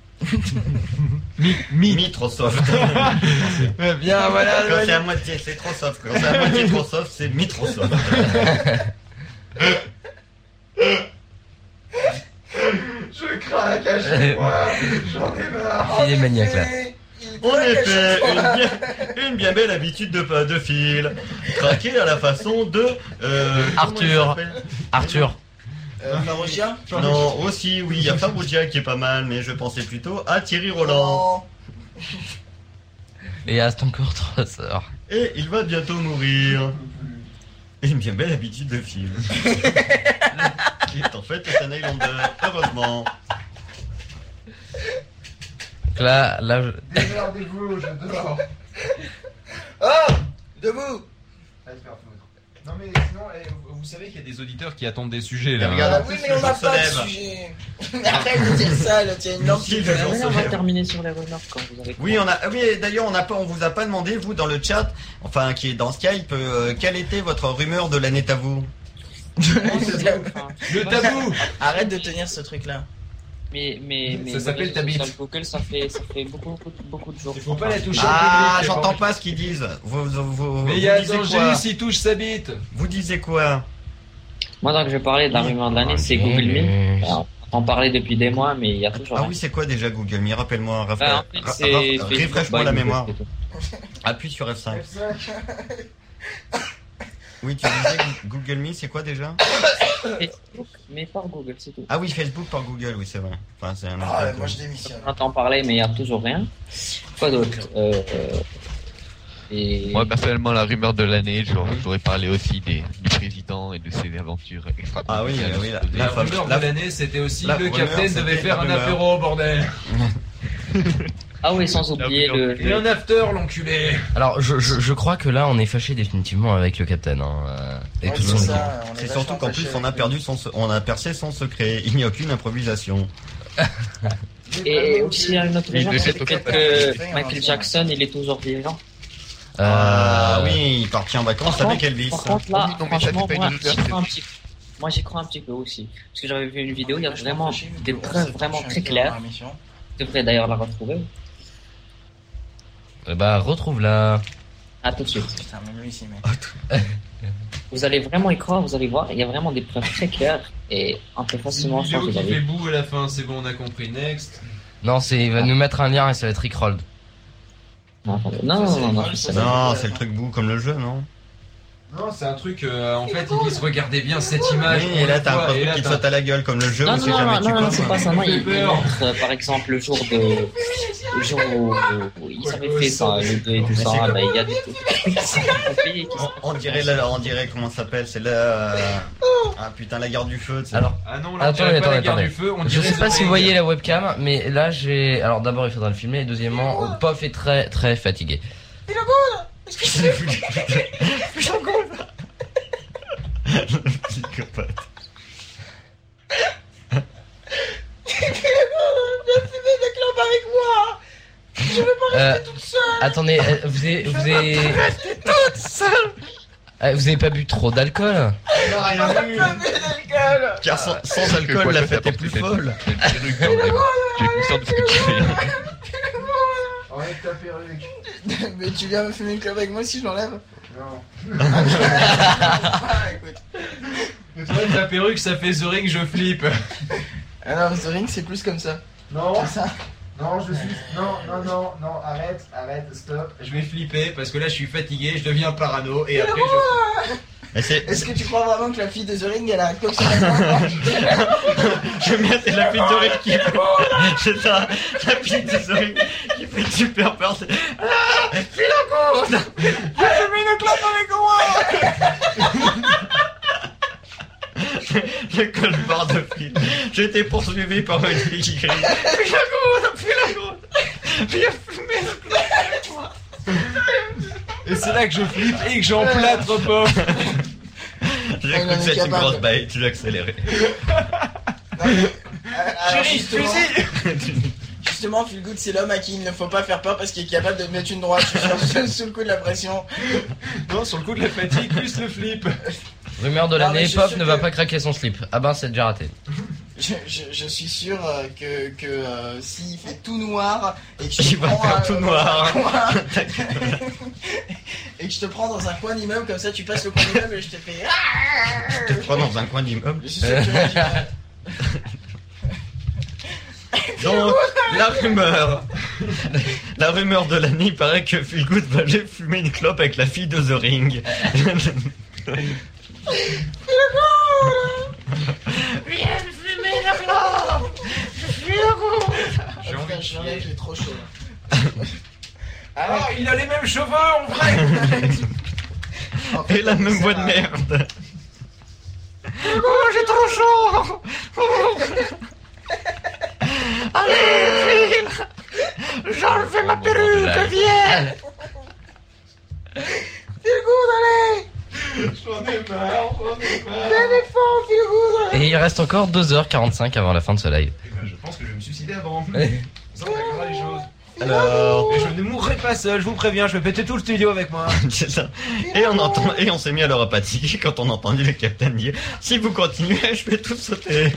Mi. Trop soft. Bien, voilà. Quand c'est à moitié, c'est trop soft. Quand c'est à moitié trop soft, c'est trop soft. Je craque à chaque fois. J'en ai marre. Il est maniaque là. En effet, une bien belle habitude de fil. Craquer à la façon de... Arthur. comment il s'appelle Arthur. Farougia? Non, aussi, oui, il y a Farougia qui est pas mal, mais je pensais plutôt à Thierry Roland. Oh. Et à encore 3 heures. Et il va bientôt mourir. Et une bien belle habitude de fil. Qui est en fait un Highlander, heureusement. Donc là, Démerdez-vous, je dors. Oh, debout. Non mais sinon, vous savez qu'il y a des auditeurs qui attendent des sujets là. Regarde. Ah en oui, plus, mais le on n'a jour se pas de lève. sujet. Arrête de dire ça, là, tiens une lampe Si, qui le fait jour la se merde. lève. On va terminer sur les rumeurs quand vous avez. Oui, d'ailleurs, on vous a pas demandé, vous, dans le chat, enfin, qui est dans Skype, quelle était votre rumeur de l'année à vous? Le tabou. Arrête de tenir ce truc-là. Mais Ça s'appelle ta bite. sur Google, ça fait beaucoup de jours. Il faut pas la toucher. Ah, au public, j'entends pas ce qu'ils disent. Vous Mais il y a disiez danger quoi? s'il touche sa bite. Vous disiez quoi? Moi, donc, je vais parler de la rumeur de l'année, c'est Google Me. Alors, on en parlait depuis des mois, mais il y a toujours Ah rien. oui, c'est quoi déjà Google Me? Rappelle-moi, En fait, c'est refresh-moi Facebook la by mémoire. Google, c'est tout. Appuie sur F5. Oui, tu disais Google Me, c'est quoi déjà? Facebook, mais par Google, c'est tout. Ah oui, Facebook par Google, oui, c'est vrai. Enfin, c'est un Ah, autre- moi je démissionne. On entend parler, mais il y a toujours rien. Quoi d'autre et... Moi personnellement la rumeur de l'année, j'aurais parlé aussi du président et de ses aventures extra. Ah oui, oui, La fameuse- rumeur de l'année, c'était aussi la le rumeur, capitaine c'était devait faire la un rumeur. apéro, bordel. Ah oui, sans oublier Et un after, l'enculé. Alors, je crois que là, on est fâché définitivement avec le capitaine. Hein, et Ouais, tout c'est son ça, équipe. on est C'est vachement surtout qu'en plus, fâchés on a avec perdu on a percé son secret. Il n'y a aucune improvisation. Et aussi, il y a une autre Oui, rumeur, de c'est cette peut-être occasion. que Michael Jackson, il est toujours vivant. Ah oui, il partit en vacances Par avec contre- Elvis. Par contre, là, Oui, non, mais ça, franchement, c'est pas moi, une rumeur, j'y crois un petit peu. Moi, j'y crois un petit peu aussi. Parce que j'avais vu une vidéo, il y a vraiment des preuves vraiment très claires. Je devrais d'ailleurs la retrouver. Bah, retrouve-la. À tout de suite. Putain, même lui, il s'y met. Vous allez vraiment y croire, vous allez voir, il y a vraiment des preuves très claires et on peut C'est une facilement vidéo changer qui fait d'avis. boue à la fin, c'est bon, on a compris. Next. Non, il va nous mettre un lien et ça va être rickrolled. Non, attendez. Non, Ça, ça va. Non, c'est le truc bout comme le jeu, non? Non, c'est un truc, en fait, ils disent regardez bien cette image. Oui, et là t'as un produit qui te saute à la gueule comme le jeu où si jamais tu Non, coupes. c'est pas ça. Non, Ça fait il peur. montre, par exemple, le jour où ils avaient fait ça, le 2 et tout ça, bah, il y a des trucs qui sont copiés, qui sont- On dirait comment ça s'appelle, c'est ah putain, la guerre du feu, tu sais. Alors, Ah non, là, on attendez, dirait pas la attendez, guerre attendez. du feu, on Je dirait sais pas The si vous Ring. voyez la webcam, mais là j'ai. Alors d'abord il faudra le filmer, et deuxièmement, Pof est très très fatigué. Psychopathe. Attendez, vous avez pas bu trop d'alcool? Car sans alcool, la fête est plus folle. C'est une perruque quand même. Tu es conscient de ce que tu fais. Enlève ta perruque. Mais tu viens me fumer une clope avec moi si je l'enlève? Non. Écoute. Mais toi, ta perruque, ça fait The Ring, je flippe. Alors, The Ring, c'est plus comme ça. Non, C'est ça. non, non, arrête, stop. Je vais flipper parce que là, je suis fatigué, je deviens parano et après, Mais c'est, Est-ce que tu crois vraiment que la fille de The Ring, elle a un clope sur la main? j'aime bien, c'est la fille de Rick qui fait. C'est ça, la fille de Zoé qui fait super peur. C'est. Ah, fais la course. J'ai mis une clope avec moi. Le cauchemar de fille. J'ai été poursuivi par une fille qui crie. Fais la course. Viens fumer le clope avec moi. Et c'est là que je flippe et que j'emplâtre Pof. J'ai cru que c'était une grosse bête, j'ai accéléré. Chérie, justement, fusil. justement, Feel Good, c'est l'homme à qui il ne faut pas faire peur parce qu'il est capable de mettre une droite sous le coup de la pression. Non, sur le coup de la fatigue, plus le flip. Rumeur de Non, mais l'année, je suis Pof sûr ne va que- pas craquer son slip. Ah ben c'est déjà raté. Je suis sûr que s'il fait tout noir et que je Il te va prends, faire tout dans noir. un coin, et que je te prends dans un coin d'immeuble comme ça, tu passes le coin d'immeuble et je te fais. Je te prends dans un coin d'immeuble. Je suis sûr que tu vas dire, Donc, la rumeur de l'année, il paraît que Feelgood va aller fumer une clope avec la fille de The Ring. Viens fumer la clope. J'ai envie de chier. j'ai trop chaud. Ah, il a les mêmes cheveux en vrai. Et la même voix de merde. Oh, j'ai trop chaud. Allez, file. J'enlève ma perruque, viens. J'en ai marre. Et il reste encore 2h45 avant la fin de ce live. Eh ben, je pense que je vais me suicider avant. Ouais. Ça, on verra les choses. Alors, Mais je ne mourrai pas seul, je vous préviens, je vais péter tout le studio avec moi. c'est ça. Et on s'est mis à leur paniquer quand on a entendu le capitaine dire si vous continuez, je vais tout sauter.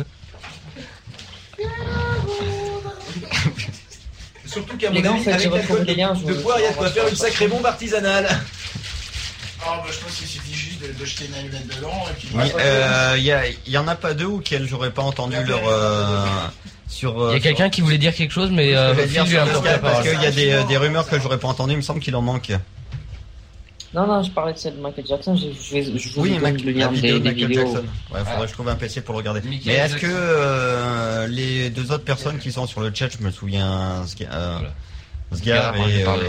Surtout qu'à Les mon gars, en avis, fait, avec j'ai retrouvé l'alcool des liens, de poire, il y a de quoi faire une sacrée bombe artisanale. Ah bah je pense qu'il suffit juste de jeter une allumette dedans et puis. Oui, il y en a pas deux auxquels j'aurais pas entendu leur sur. Il y a quelqu'un qui voulait dire quelque chose, mais je vais dire Phil lui a sur importé la Skype parce parole. qu'il y a des rumeurs que j'aurais pas entendues, il me semble qu'il en manque. Non, je parlais de celle de Michael Jackson, je vous Oui, donne le la lien vidéo de des Michael vidéos. Jackson. Ouais, faudrait que je trouve un PC pour le regarder. Michael Mais est-ce Jackson. que les deux autres personnes qui sont sur le chat, je me souviens, Sgar Sgar, on en a et parlé.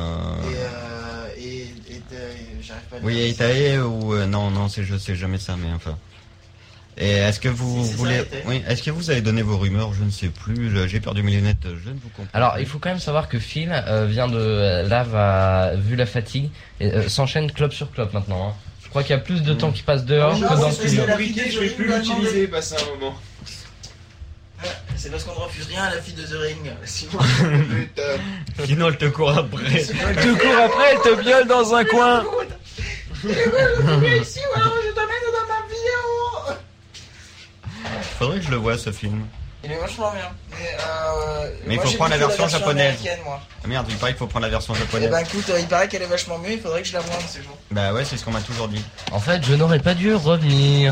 J'arrive pas à oui, dire. et Itae ou non, je sais jamais ça, mais enfin. Et est-ce que vous Si, c'est voulez, ça, Itae. oui, est-ce que vous avez donné vos rumeurs? Je ne sais plus. J'ai perdu mes lunettes. Je ne vous comprends. Alors, il faut quand même savoir que Phil vient de vu la fatigue, s'enchaîne clope sur clope maintenant. Hein. Je crois qu'il y a plus de temps qui passe dehors Non, que dans le c'est studio. la Briquet, je vais plus l'utiliser, passer un moment. C'est parce qu'on ne refuse rien à la fille de The Ring. Sinon, Sinon, elle te court après. Elle te court après, elle te viole dans un coin. ici, ouais, je t'amène dans ma vidéo. Faudrait que je le voie ce film. Il est vachement bien. Mais il moi, faut j'ai prendre la plutôt version japonaise. américaine, moi. Ah merde, il paraît qu'il faut prendre la version Eh japonaise. ben écoute, il paraît qu'elle est vachement mieux, il faudrait que je la voie un de ces jours. Bah ouais, c'est ce qu'on m'a toujours dit. En fait, je n'aurais pas dû revenir.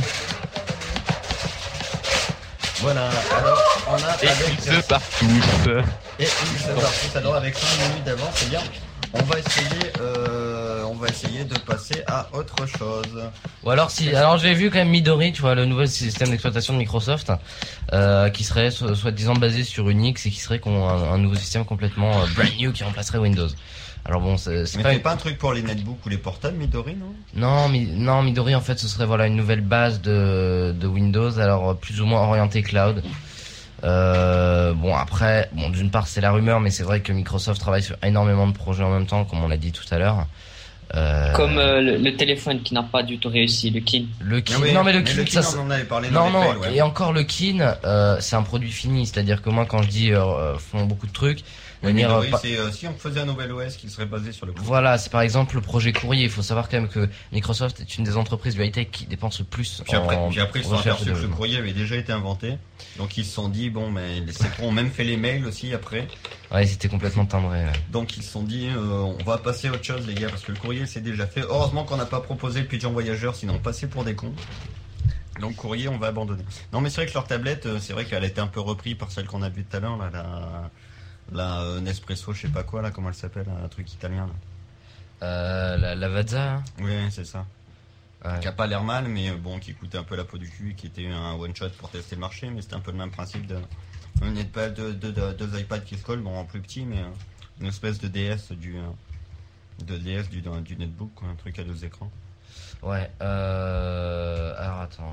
Voilà, alors on a Et avec... ils se partent tous. Et une seule partie, alors avec 5 minutes d'avance, c'est bien. On va essayer de passer à autre chose. Ou alors si, alors j'ai vu quand même Midori, tu vois, le nouvel système d'exploitation de Microsoft, qui serait soi-disant basé sur Unix et qui serait un nouveau système complètement brand new qui remplacerait Windows. Alors bon, c'est Mais pas c'est pas un truc pour les netbooks ou les portables, Midori, non? non, Midori en fait ce serait voilà une nouvelle base de Windows, alors plus ou moins orientée cloud. Bon après, bon d'une part c'est la rumeur, mais c'est vrai que Microsoft travaille sur énormément de projets en même temps, comme on l'a dit tout à l'heure. Comme le téléphone qui n'a pas du tout réussi, le Kin. Le Kin, Ah oui, non mais le mais Kin, ça on en avait parlé dans non les non, mails, ouais. et encore le Kin, c'est un produit fini, c'est-à-dire que moi quand je dis font beaucoup de trucs, Oui, venir, Midori, pas- c'est si on faisait un nouvel OS qui serait basé sur le coup. voilà, c'est par exemple le projet courrier. Il faut savoir quand même que Microsoft est une des entreprises du high-tech qui dépense le plus Puis après, en ils se sont recherche aperçus et que le développement. courrier avait déjà été inventé. Donc ils se sont dit, bon, mais les Cétrons ont même fait les mails aussi après. Ouais, c'était complètement timbré. Ouais. Donc ils se sont dit, on va passer à autre chose les gars, parce que le courrier c'est déjà fait. Heureusement qu'on n'a pas proposé le pigeon voyageur, sinon on passait pour des cons. Donc courrier, on va abandonner. Non mais c'est vrai que leur tablette, c'est vrai qu'elle a été un peu reprise par celle qu'on a vue tout à l'heure, là, la Nespresso, je sais pas quoi, là, comment elle s'appelle, un truc italien. Là. La Vazza. Hein. Oui, c'est ça. Ouais. Qui a pas l'air mal, mais bon, qui coûtait un peu la peau du cul, qui était un one shot pour tester le marché, mais c'était un peu le même principe de deux iPads qui se collent, bon en plus petit, mais une espèce de DS du netbook, quoi, un truc à 2 écrans. Ouais. Alors attends.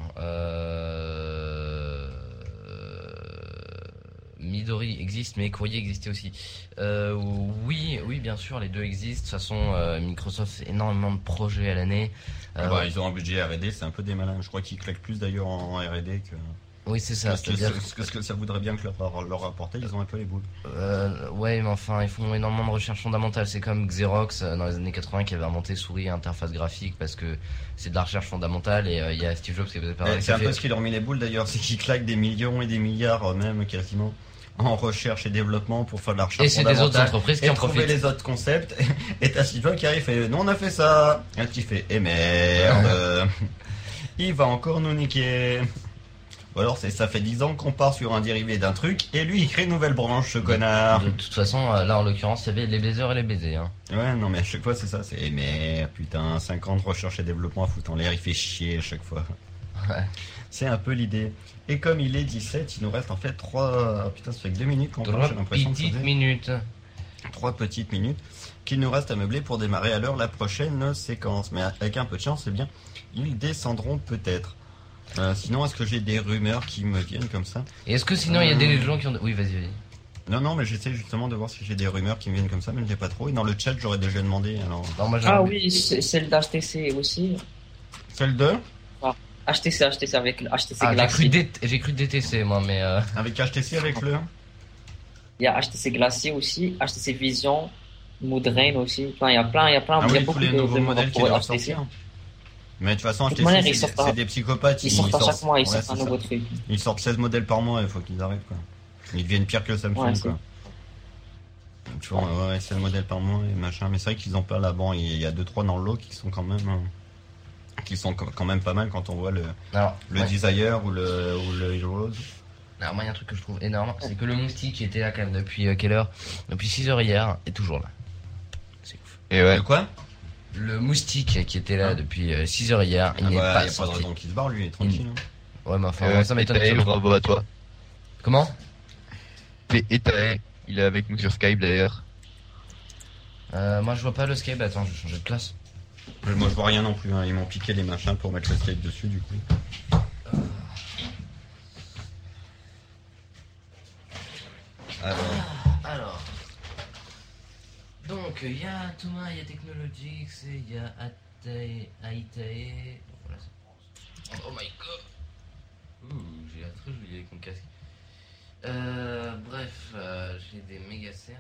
Midori existe, mais Courrier existait aussi. Oui, bien sûr, les deux existent. De toute façon, Microsoft fait énormément de projets à l'année. Ils ont un budget R&D, c'est un peu des malins. Je crois qu'ils claquent plus d'ailleurs en R&D que Oui, c'est ça. ce C'est-à-dire, que ça voudrait bien que leur rapporter. Ils ont un peu les boules. ouais, mais enfin, ils font énormément de recherche fondamentale. C'est comme Xerox dans les années 80 qui avait inventé souris et interface graphique parce que c'est de la recherche fondamentale. Et il y a Steve Jobs qui avait parlé. C'est un peu ce qui leur met les boules d'ailleurs, c'est qu'ils claquent des millions et des milliards même quasiment en recherche et développement pour faire de la recherche Et c'est des autres fondamentale entreprises qui et en trouver profitent. les autres concepts. Et t'as Steve Jobs qui arrive et fait non, on a fait ça. Et tu fais eh merde, il va encore nous niquer. Ou alors ça fait 10 ans qu'on part sur un dérivé d'un truc et lui il crée une nouvelle branche, ce connard. De toute façon, là en l'occurrence, il y avait les baisers et les baisers. Hein. Ouais, non mais à chaque fois c'est ça, c'est eh merde, putain, 5 ans de recherche et développement à foutre en l'air, il fait chier à chaque fois. Ouais. C'est un peu l'idée. Et comme il est 17, il nous reste en fait 3... Putain, ça fait que 2 minutes qu'on parle, 3 j'ai l'impression que ça petites faisait minutes. 3 petites minutes qu'il nous reste à meubler pour démarrer alors la prochaine séquence. Mais avec un peu de chance, c'est bien, ils descendront peut-être. Sinon, est-ce que j'ai des rumeurs qui me viennent comme ça? Et est-ce que sinon il y a des gens qui ont... Oui, vas-y. Non, mais j'essaie justement de voir si j'ai des rumeurs qui me viennent comme ça, mais je n'ai pas trop. Et dans le chat, j'aurais déjà demandé. Alors... Non, moi, Ah oui, celle d'HTC aussi. Celle de HTC avec le HTC Ah, Glacier. j'ai cru DTC moi, mais Avec HTC, avec le... Il y a HTC Glacier aussi, HTC Vision, Moodbrain aussi. Enfin, il y a Ah il y a oui, tous beaucoup les de nouveaux modèles qui pour doivent HTC. sortir. Mais de toute façon, De toute manière, HTC, ils sortent c'est des psychopathes. Ils sortent à chaque mois, ils ouais, sortent un c'est ça. nouveau truc. Ils sortent 16 modèles par mois, il faut qu'ils arrêtent, quoi. Ils deviennent pires que le Samsung, Ouais, quoi. Tu vois, ouais, 16 modèles par mois et machin. Mais c'est vrai qu'ils ont pas là. Bon, il y a 2-3 dans le lot qui sont quand même... quand même pas mal quand on voit le alors, ouais. Desire ou le Heroes. Alors moi il y a un truc que je trouve énorme, c'est que le moustique qui était là quand même depuis quelle heure? Depuis 6h hier est toujours là. C'est ouf. Et ouais. De quoi? Le moustique qui était là depuis 6h hier, il n'est Il pas y a pas de sorti. raison qu'il se barre, lui, il est tranquille. hein. Ouais mais enfin ça m'étonne. Tae, bravo à toi. Comment? Et Tae, il est avec nous sur Skype d'ailleurs. Moi je vois pas le Skype, attends je vais changer de classe. Moi, je vois rien non plus. hein. Ils m'ont piqué les machins pour mettre le Skype dessus, du coup. Alors. Donc il y a Thomas, il y a Technologics, il y a Aitae. Voilà, c'est... Oh my god! Ouh, j'ai la très jolie avec mon casque. Bref, j'ai des méga cernes.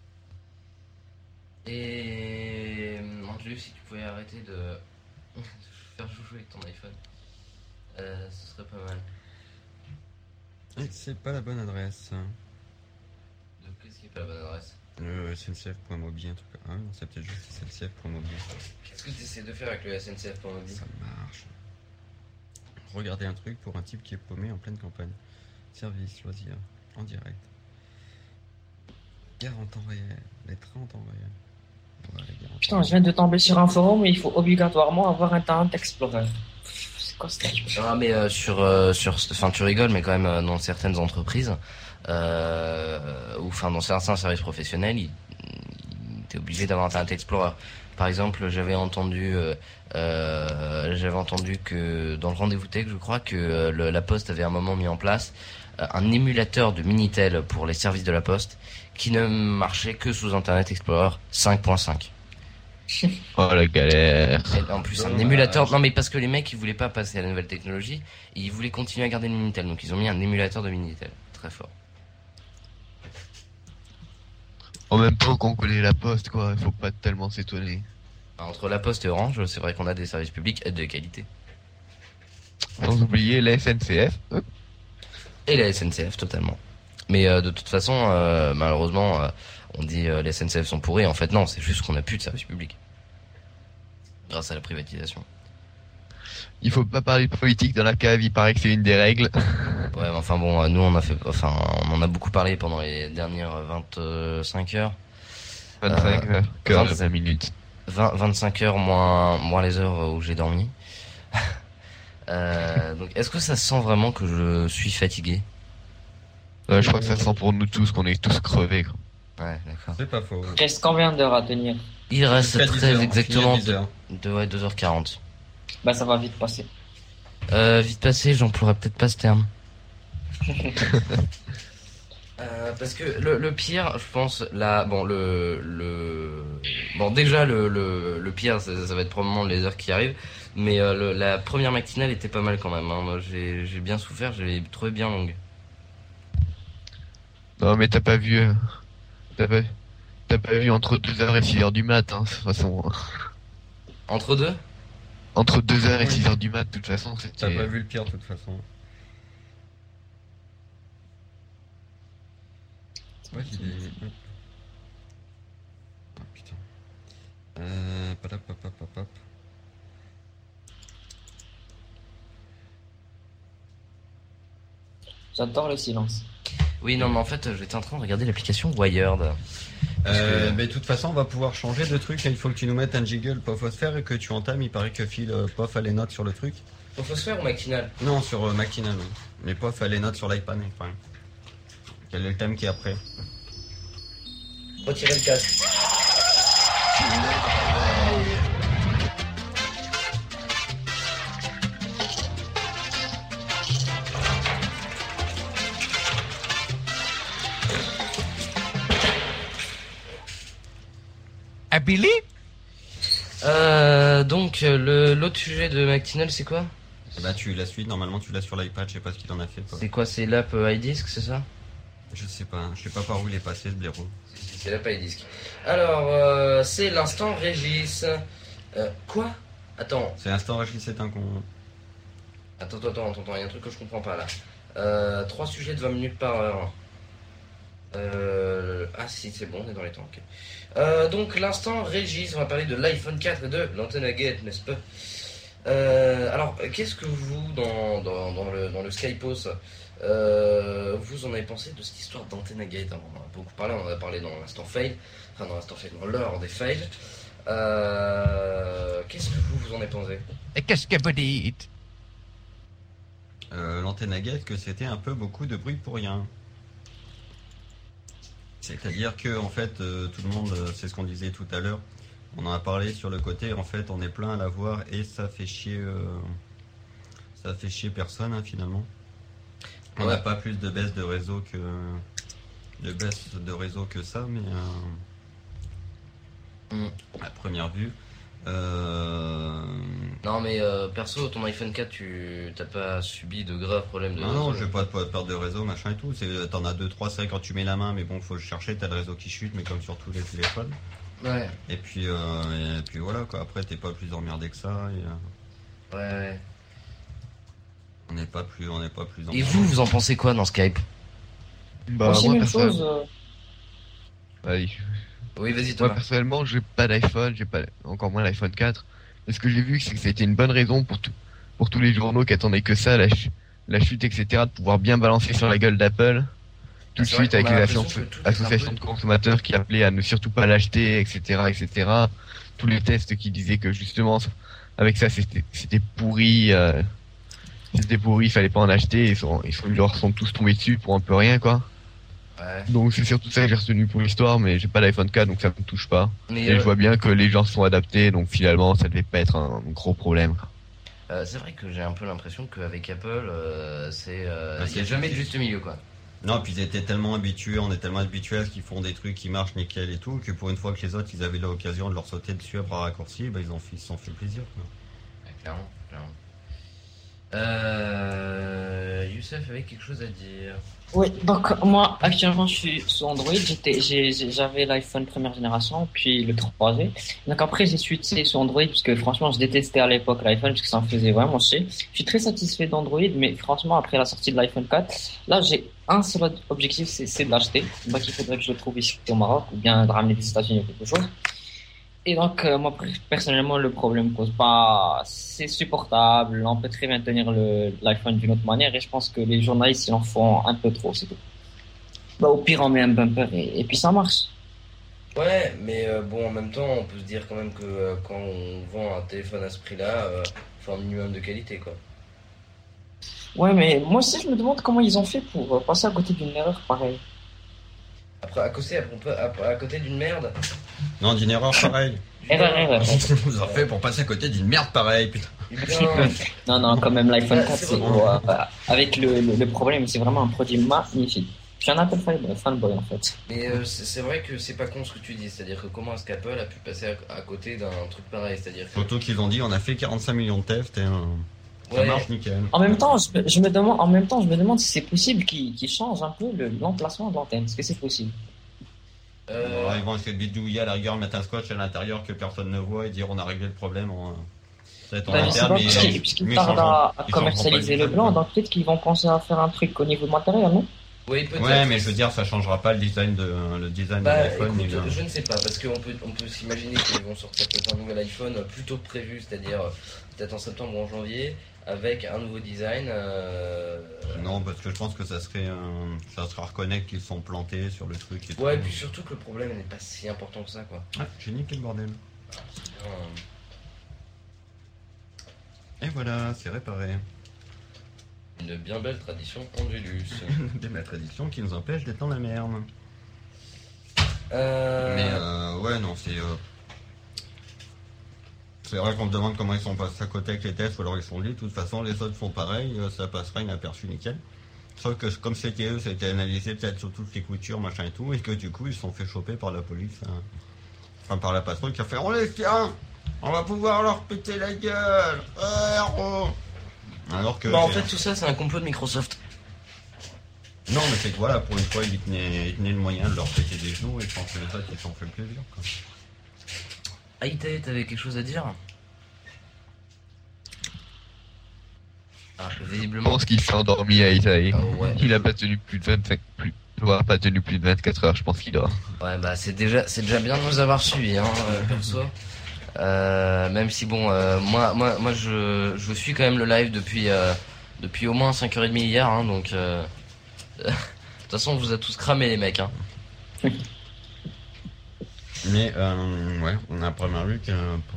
Et Andrew, si tu pouvais arrêter de faire chouchou avec ton iPhone, ce serait pas mal. Et c'est pas la bonne adresse. Donc, qu'est-ce qui est pas la bonne adresse? SNCF.mobi, un truc. Ah non, c'est peut-être juste SNCF.mobi. Qu'est-ce que tu essaies de faire avec le SNCF.mobi? Ça marche. Regardez un truc pour un type qui est paumé en pleine campagne. Service, loisirs, en direct. Gare en temps réel. Les trains en temps réel. Voilà, les gares en Putain, temps je viens de tomber sur un forum où il faut obligatoirement avoir Internet Explorer. C'est quoi ce truc? Ah mais enfin tu rigoles, mais quand même dans certaines entreprises, ou enfin dans certains services professionnels, t'es obligé d'avoir Internet Explorer. Par exemple, j'avais entendu que dans le rendez-vous tech, je crois que la Poste avait à un moment mis en place un émulateur de Minitel pour les services de la Poste qui ne marchait que sous Internet Explorer 5.5. Oh la galère. Et en plus un émulateur, non mais parce que les mecs ils voulaient pas passer à la nouvelle technologie, et ils voulaient continuer à garder le Minitel, donc ils ont mis un émulateur de Minitel, très fort. En même temps qu'on connaît la poste, quoi, faut pas tellement s'étonner. Entre la Poste et Orange, c'est vrai qu'on a des services publics de qualité. Sans oublier la SNCF. Et la SNCF totalement. Mais de toute façon, malheureusement, on dit les SNCF sont pourris, en fait non, c'est juste qu'on a plus de services publics. Grâce à la privatisation. Il faut pas parler de politique dans la cave, il paraît que c'est une des règles. Ouais, mais enfin bon, nous on en a beaucoup parlé pendant les dernières 25 heures. 25 heures, 45 minutes. 25 heures moins les heures où j'ai dormi. Donc est-ce que ça sent vraiment que je suis fatigué? Je crois que ça sent pour nous tous qu'on est tous crevés, quoi. Ouais, d'accord. C'est pas faux. Il reste combien d'heures à tenir? Il reste Jusqu'à 10 très heures, exactement on finit à 10 heures. 2h40. Bah ça va vite passer. Vite passé, j'emploierai peut-être pas ce terme. Parce que le pire, je pense, là, bon, bon, déjà, le pire, ça va être probablement les heures qui arrivent, mais la première matinale était pas mal quand même, hein. Moi, j'ai bien souffert, j'ai trouvé bien longue. Non mais t'as pas vu entre 2h et 6h du mat, hein, de toute façon. Entre deux? Entre 2h et 6h du mat, de toute façon, T'as c'était... pas vu le pire de toute façon. Ouais, il est... Ah putain. Padapapapapap. J'adore le silence. Oui, non, mais en fait, j'étais en train de regarder l'application Wired. Mais de toute façon, on va pouvoir changer de truc. Il faut que tu nous mettes un jiggle Pofosphère et que tu entames. Il paraît que Phil Pof a les notes sur le truc. Phosphère ou Mactinal? Non, sur Mactinal. Oui. Mais Pof a les notes sur l'iPad. Enfin, quel est le thème qui est après? Retirez le casque. Ah, Billy? Donc, l'autre sujet de Mactinal, c'est quoi? Bah, tu la suite. Normalement, tu l'as sur l'iPad. Je sais pas ce qu'il en a fait. Pof. C'est quoi? C'est l'app iDisk, c'est ça? Je sais pas. Je sais pas par où il est passé ce blaireau. C'est l'app iDisk. Alors, c'est l'instant Régis. Quoi? Attends. C'est l'instant Régis, c'est un con. Attends, il y a un truc que je comprends pas là. 3 sujets de 20 minutes par heure. Ah si, c'est bon, on est dans les temps, ok. Donc l'instant Régis, on va parler de l'iPhone 4 et de l'Antenna Gate, n'est-ce pas? Alors, qu'est-ce que vous, dans le Skypos, vous en avez pensé de cette histoire d'Antenna Gate? Alors, on en a beaucoup parlé, on en a parlé dans l'instant fail, enfin dans l'instant fail, dans l'heure des fails. Qu'est-ce que vous en avez pensé? Et qu'est-ce que vous dites? L'Antenna Gate, que c'était un peu beaucoup de bruit pour rien. C'est-à-dire que en fait, tout le monde, c'est ce qu'on disait tout à l'heure. On en a parlé sur le côté. En fait, on est plein à l'avoir et ça fait chier personne hein, finalement. On n'a pas plus de baisse de réseau que ça, mais à première vue. Non mais perso, ton iPhone 4, t'as pas subi de graves problèmes de réseau? Non, je vais pas de perte de réseau, machin et tout. T'en as 2-3, c'est vrai quand tu mets la main, mais bon, faut le chercher, t'as le réseau qui chute, mais comme sur tous les téléphones. Ouais. Et puis voilà quoi, après t'es pas plus emmerdé que ça. Ouais. On n'est pas plus en Et vous en pensez quoi dans Skype? Moi, c'est la même chose. Oui, vas-y Moi Thomas. personnellement, j'ai pas d'iPhone, j'ai pas encore moins l'iPhone 4. Et ce que j'ai vu, c'est que c'était une bonne raison pour tous les journaux qui attendaient que ça, la chute, etc., de pouvoir bien balancer sur la gueule d'Apple. Tout de C'est vrai suite avec qu'on a les l'impression que tout est associations un de peu- consommateurs qui appelaient à ne surtout pas l'acheter, etc., etc. Tous les tests qui disaient que justement, avec ça, c'était pourri, il fallait pas en acheter, ils leur sont tous tombés dessus pour un peu rien, quoi. Ouais. Donc c'est surtout ça que j'ai retenu pour l'histoire, mais j'ai pas d'iPhone 4, donc ça me touche pas. Mais Et je vois bien que les gens se sont adaptés, donc finalement ça devait pas être un gros problème. c'est vrai que j'ai un peu l'impression qu'avec Apple, il y a c'est jamais de juste- juste milieu, quoi. Non, puis ils étaient tellement habitués, on est tellement habitués à ce qu'ils font des trucs qui marchent nickel et tout, que pour une fois que les autres ils avaient l'occasion de leur sauter dessus à bras raccourcis, bah, ils se sont fait plaisir. Quoi. Clairement. Youssef avait quelque chose à dire. Oui, donc moi actuellement je suis sous Android, j'avais l'iPhone première génération, puis le 3G. Donc après j'ai switché sur Android parce que franchement je détestais à l'époque l'iPhone parce que ça me faisait vraiment chier. Je suis très satisfait d'Android, mais franchement après la sortie de l'iPhone 4, là j'ai un seul objectif, c'est de l'acheter. Donc il faudrait que je le trouve ici au Maroc ou bien de ramener des États-Unis ou quelque chose. Et donc, moi, personnellement, le problème cause pas, c'est supportable, on peut très bien tenir l'iPhone d'une autre manière, et je pense que les journalistes, ils en font un peu trop, c'est tout. Bah, au pire, on met un bumper, et puis ça marche. Ouais, mais bon, en même temps, on peut se dire quand même que quand on vend un téléphone à ce prix-là, faut un minimum de qualité, quoi. Ouais, mais moi aussi, je me demande comment ils ont fait pour passer à côté d'une erreur pareille. Après, à côté d'une merde. Non, d'une erreur pareille. Erreur. Vous en fait pour passer à côté d'une merde pareille, putain. Non, quand même, l'iPhone Ouais, 4, c'est c'est, vrai. avec le problème, c'est vraiment un produit magnifique. Je suis un Apple fanboy, en fait. Mais c'est vrai que c'est pas con ce que tu dis, c'est-à-dire que comment est-ce qu'Apple a pu passer à côté d'un truc pareil, c'est-à-dire que... Surtout qu'ils ont dit on a fait 45 millions de tests et ça Ouais. marche nickel. En même temps, je me demande si c'est possible qu'ils changent un peu l'emplacement de l'antenne. Est-ce que c'est possible? Alors, ils vont essayer de bidouiller à la rigueur, mettre un scotch à l'intérieur que personne ne voit et dire on a réglé le problème. Ça va être en Ben, je sais interne, pas, mais puisqu'ils mais ils tardent changeront- à ils commercialiser changeront le pas blanc, design, donc peut-être qu'ils vont penser à faire un truc au niveau matériel, non? Oui, peut-être. Ouais, mais je veux dire, ça changera pas le design de Bah, l'iPhone. écoute, je ne sais pas, parce qu'on peut s'imaginer qu'ils vont sortir peut-être un nouvel iPhone plus tôt que prévu, c'est-à-dire peut-être en septembre ou en janvier, avec un nouveau design. Non, parce que je pense que ça sera Reconnect qu'ils sont plantés sur le truc. Et Ouais, et tout. puis surtout que le problème n'est pas si important que ça, quoi. Ah, j'ai niqué le bordel. Et voilà, c'est réparé. Une bien belle tradition Andulus. Des ma tradition qui nous empêche d'être dans la merde. Mais Euh... ouais, non, c'est vrai qu'on me demande comment ils sont passés à côté avec les tests, ou alors ils sont dit, de toute façon, les autres font pareil, ça passera inaperçu nickel. Sauf que comme c'était eux, ça a été analysé peut-être sur toutes les coutures, machin et tout, et que du coup, ils se sont fait choper par la police, enfin par la patrouille qui a fait, on les tient, on va pouvoir leur péter la gueule, héros. Alors que. Bah, en fait, tout ça, c'est un complot de Microsoft. Non, mais c'est que voilà, pour une fois, ils tenaient le moyen de leur péter des genoux, et je pense que les autres, ils s'en fait plaisir, quoi. Aïté, t'avais quelque chose à dire? Ah, Je visiblement. pense qu'il s'est endormi à Isaïe. Ah ouais. Il a pas tenu plus de 25, pas tenu plus de 24 heures, je pense qu'il dort. Ouais, bah c'est déjà bien de nous avoir suivis, hein, perso. Même si bon, moi je suis quand même le live depuis au moins 5h30 hier, hein, donc de toute façon on vous a tous cramé les mecs, hein. Mais ouais, on a après vu que.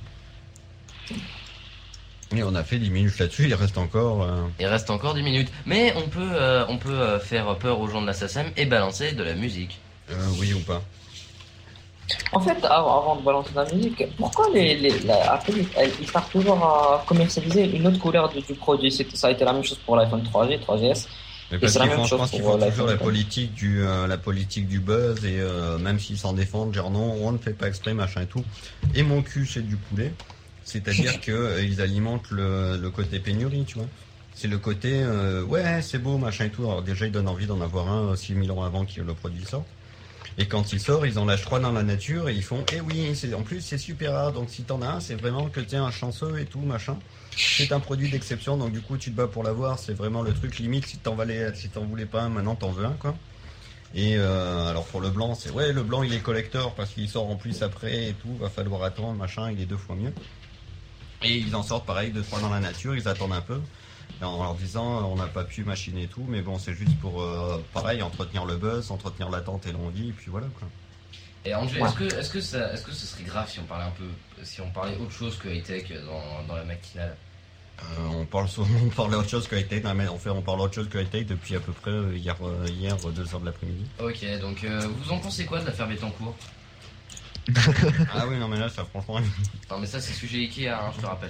Et on a fait 10 minutes là-dessus, il reste encore. Il reste encore 10 minutes, mais on peut faire peur aux gens de la SACEM et balancer de la musique. Oui ou pas. En fait, avant de balancer la musique, pourquoi Apple, ils tardent toujours à commercialiser une autre couleur du produit? Ça a été la même chose pour l'iPhone 3G, 3GS. Mais Et parce c'est la qu'ils même font, je chose pense qu'ils pour font toujours l'iPhone la 4. politique du buzz et même s'ils s'en défendent, genre non, on ne fait pas exprès, machin et tout. Et mon cul, c'est du poulet. C'est-à-dire que ils alimentent le côté pénurie, tu vois. C'est le côté ouais, c'est beau, machin et tout. Alors déjà, ils donnent envie d'en avoir un 6000 ans avant que le produit sorte. Et quand il sort, ils en lâchent 3 dans la nature et ils font, eh oui, en plus c'est super rare, donc si t'en as un, c'est vraiment que t'es un chanceux et tout, machin. C'est un produit d'exception, donc du coup tu te bats pour l'avoir, c'est vraiment le truc limite, si t'en voulais pas un, maintenant t'en veux un, quoi. Et alors pour le blanc, c'est ouais, le blanc il est collector parce qu'il sort en plus après et tout, va falloir attendre, machin, il est 2 fois mieux. Et ils en sortent pareil 2-3 dans la nature, ils attendent un peu en leur disant on n'a pas pu machiner et tout, mais bon c'est juste pour pareil entretenir le buzz, entretenir l'attente et l'envie, et puis voilà quoi. Et Angel, est-ce que ce serait grave si on parlait autre chose que high-tech dans la matinale? On parle autre chose que high-tech, on parle autre chose que high-tech depuis à peu près hier 2h de l'après-midi. Ok, donc vous en pensez quoi de l'affaire Bettencourt? Ah oui, non mais là ça franchement... Non mais ça c'est sujet Ikea, hein, je te rappelle.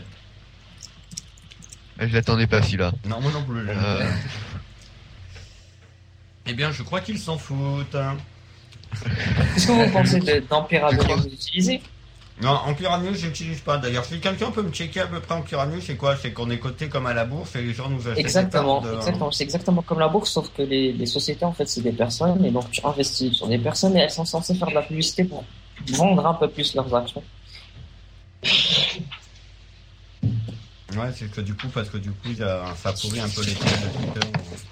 Je l'attendais pas celui-là. Non, moi non plus. Eh bien, je crois qu'ils s'en foutent. Qu'est-ce que vous pensez d'Empire Avenue que vous utilisez? Non, Empire Avenue, je n'utilise pas. D'ailleurs, si quelqu'un peut me checker à peu près Empire Avenue, c'est quoi? C'est qu'on est coté comme à la bourse et les gens nous achètent. Exactement. C'est exactement comme la bourse, sauf que les sociétés, en fait, c'est des personnes, et donc tu investis sur des personnes et elles sont censées faire de la publicité pour vendre un peu plus leurs actions. Ouais, c'est que du coup, ça pourrit un peu les TL de Twitter.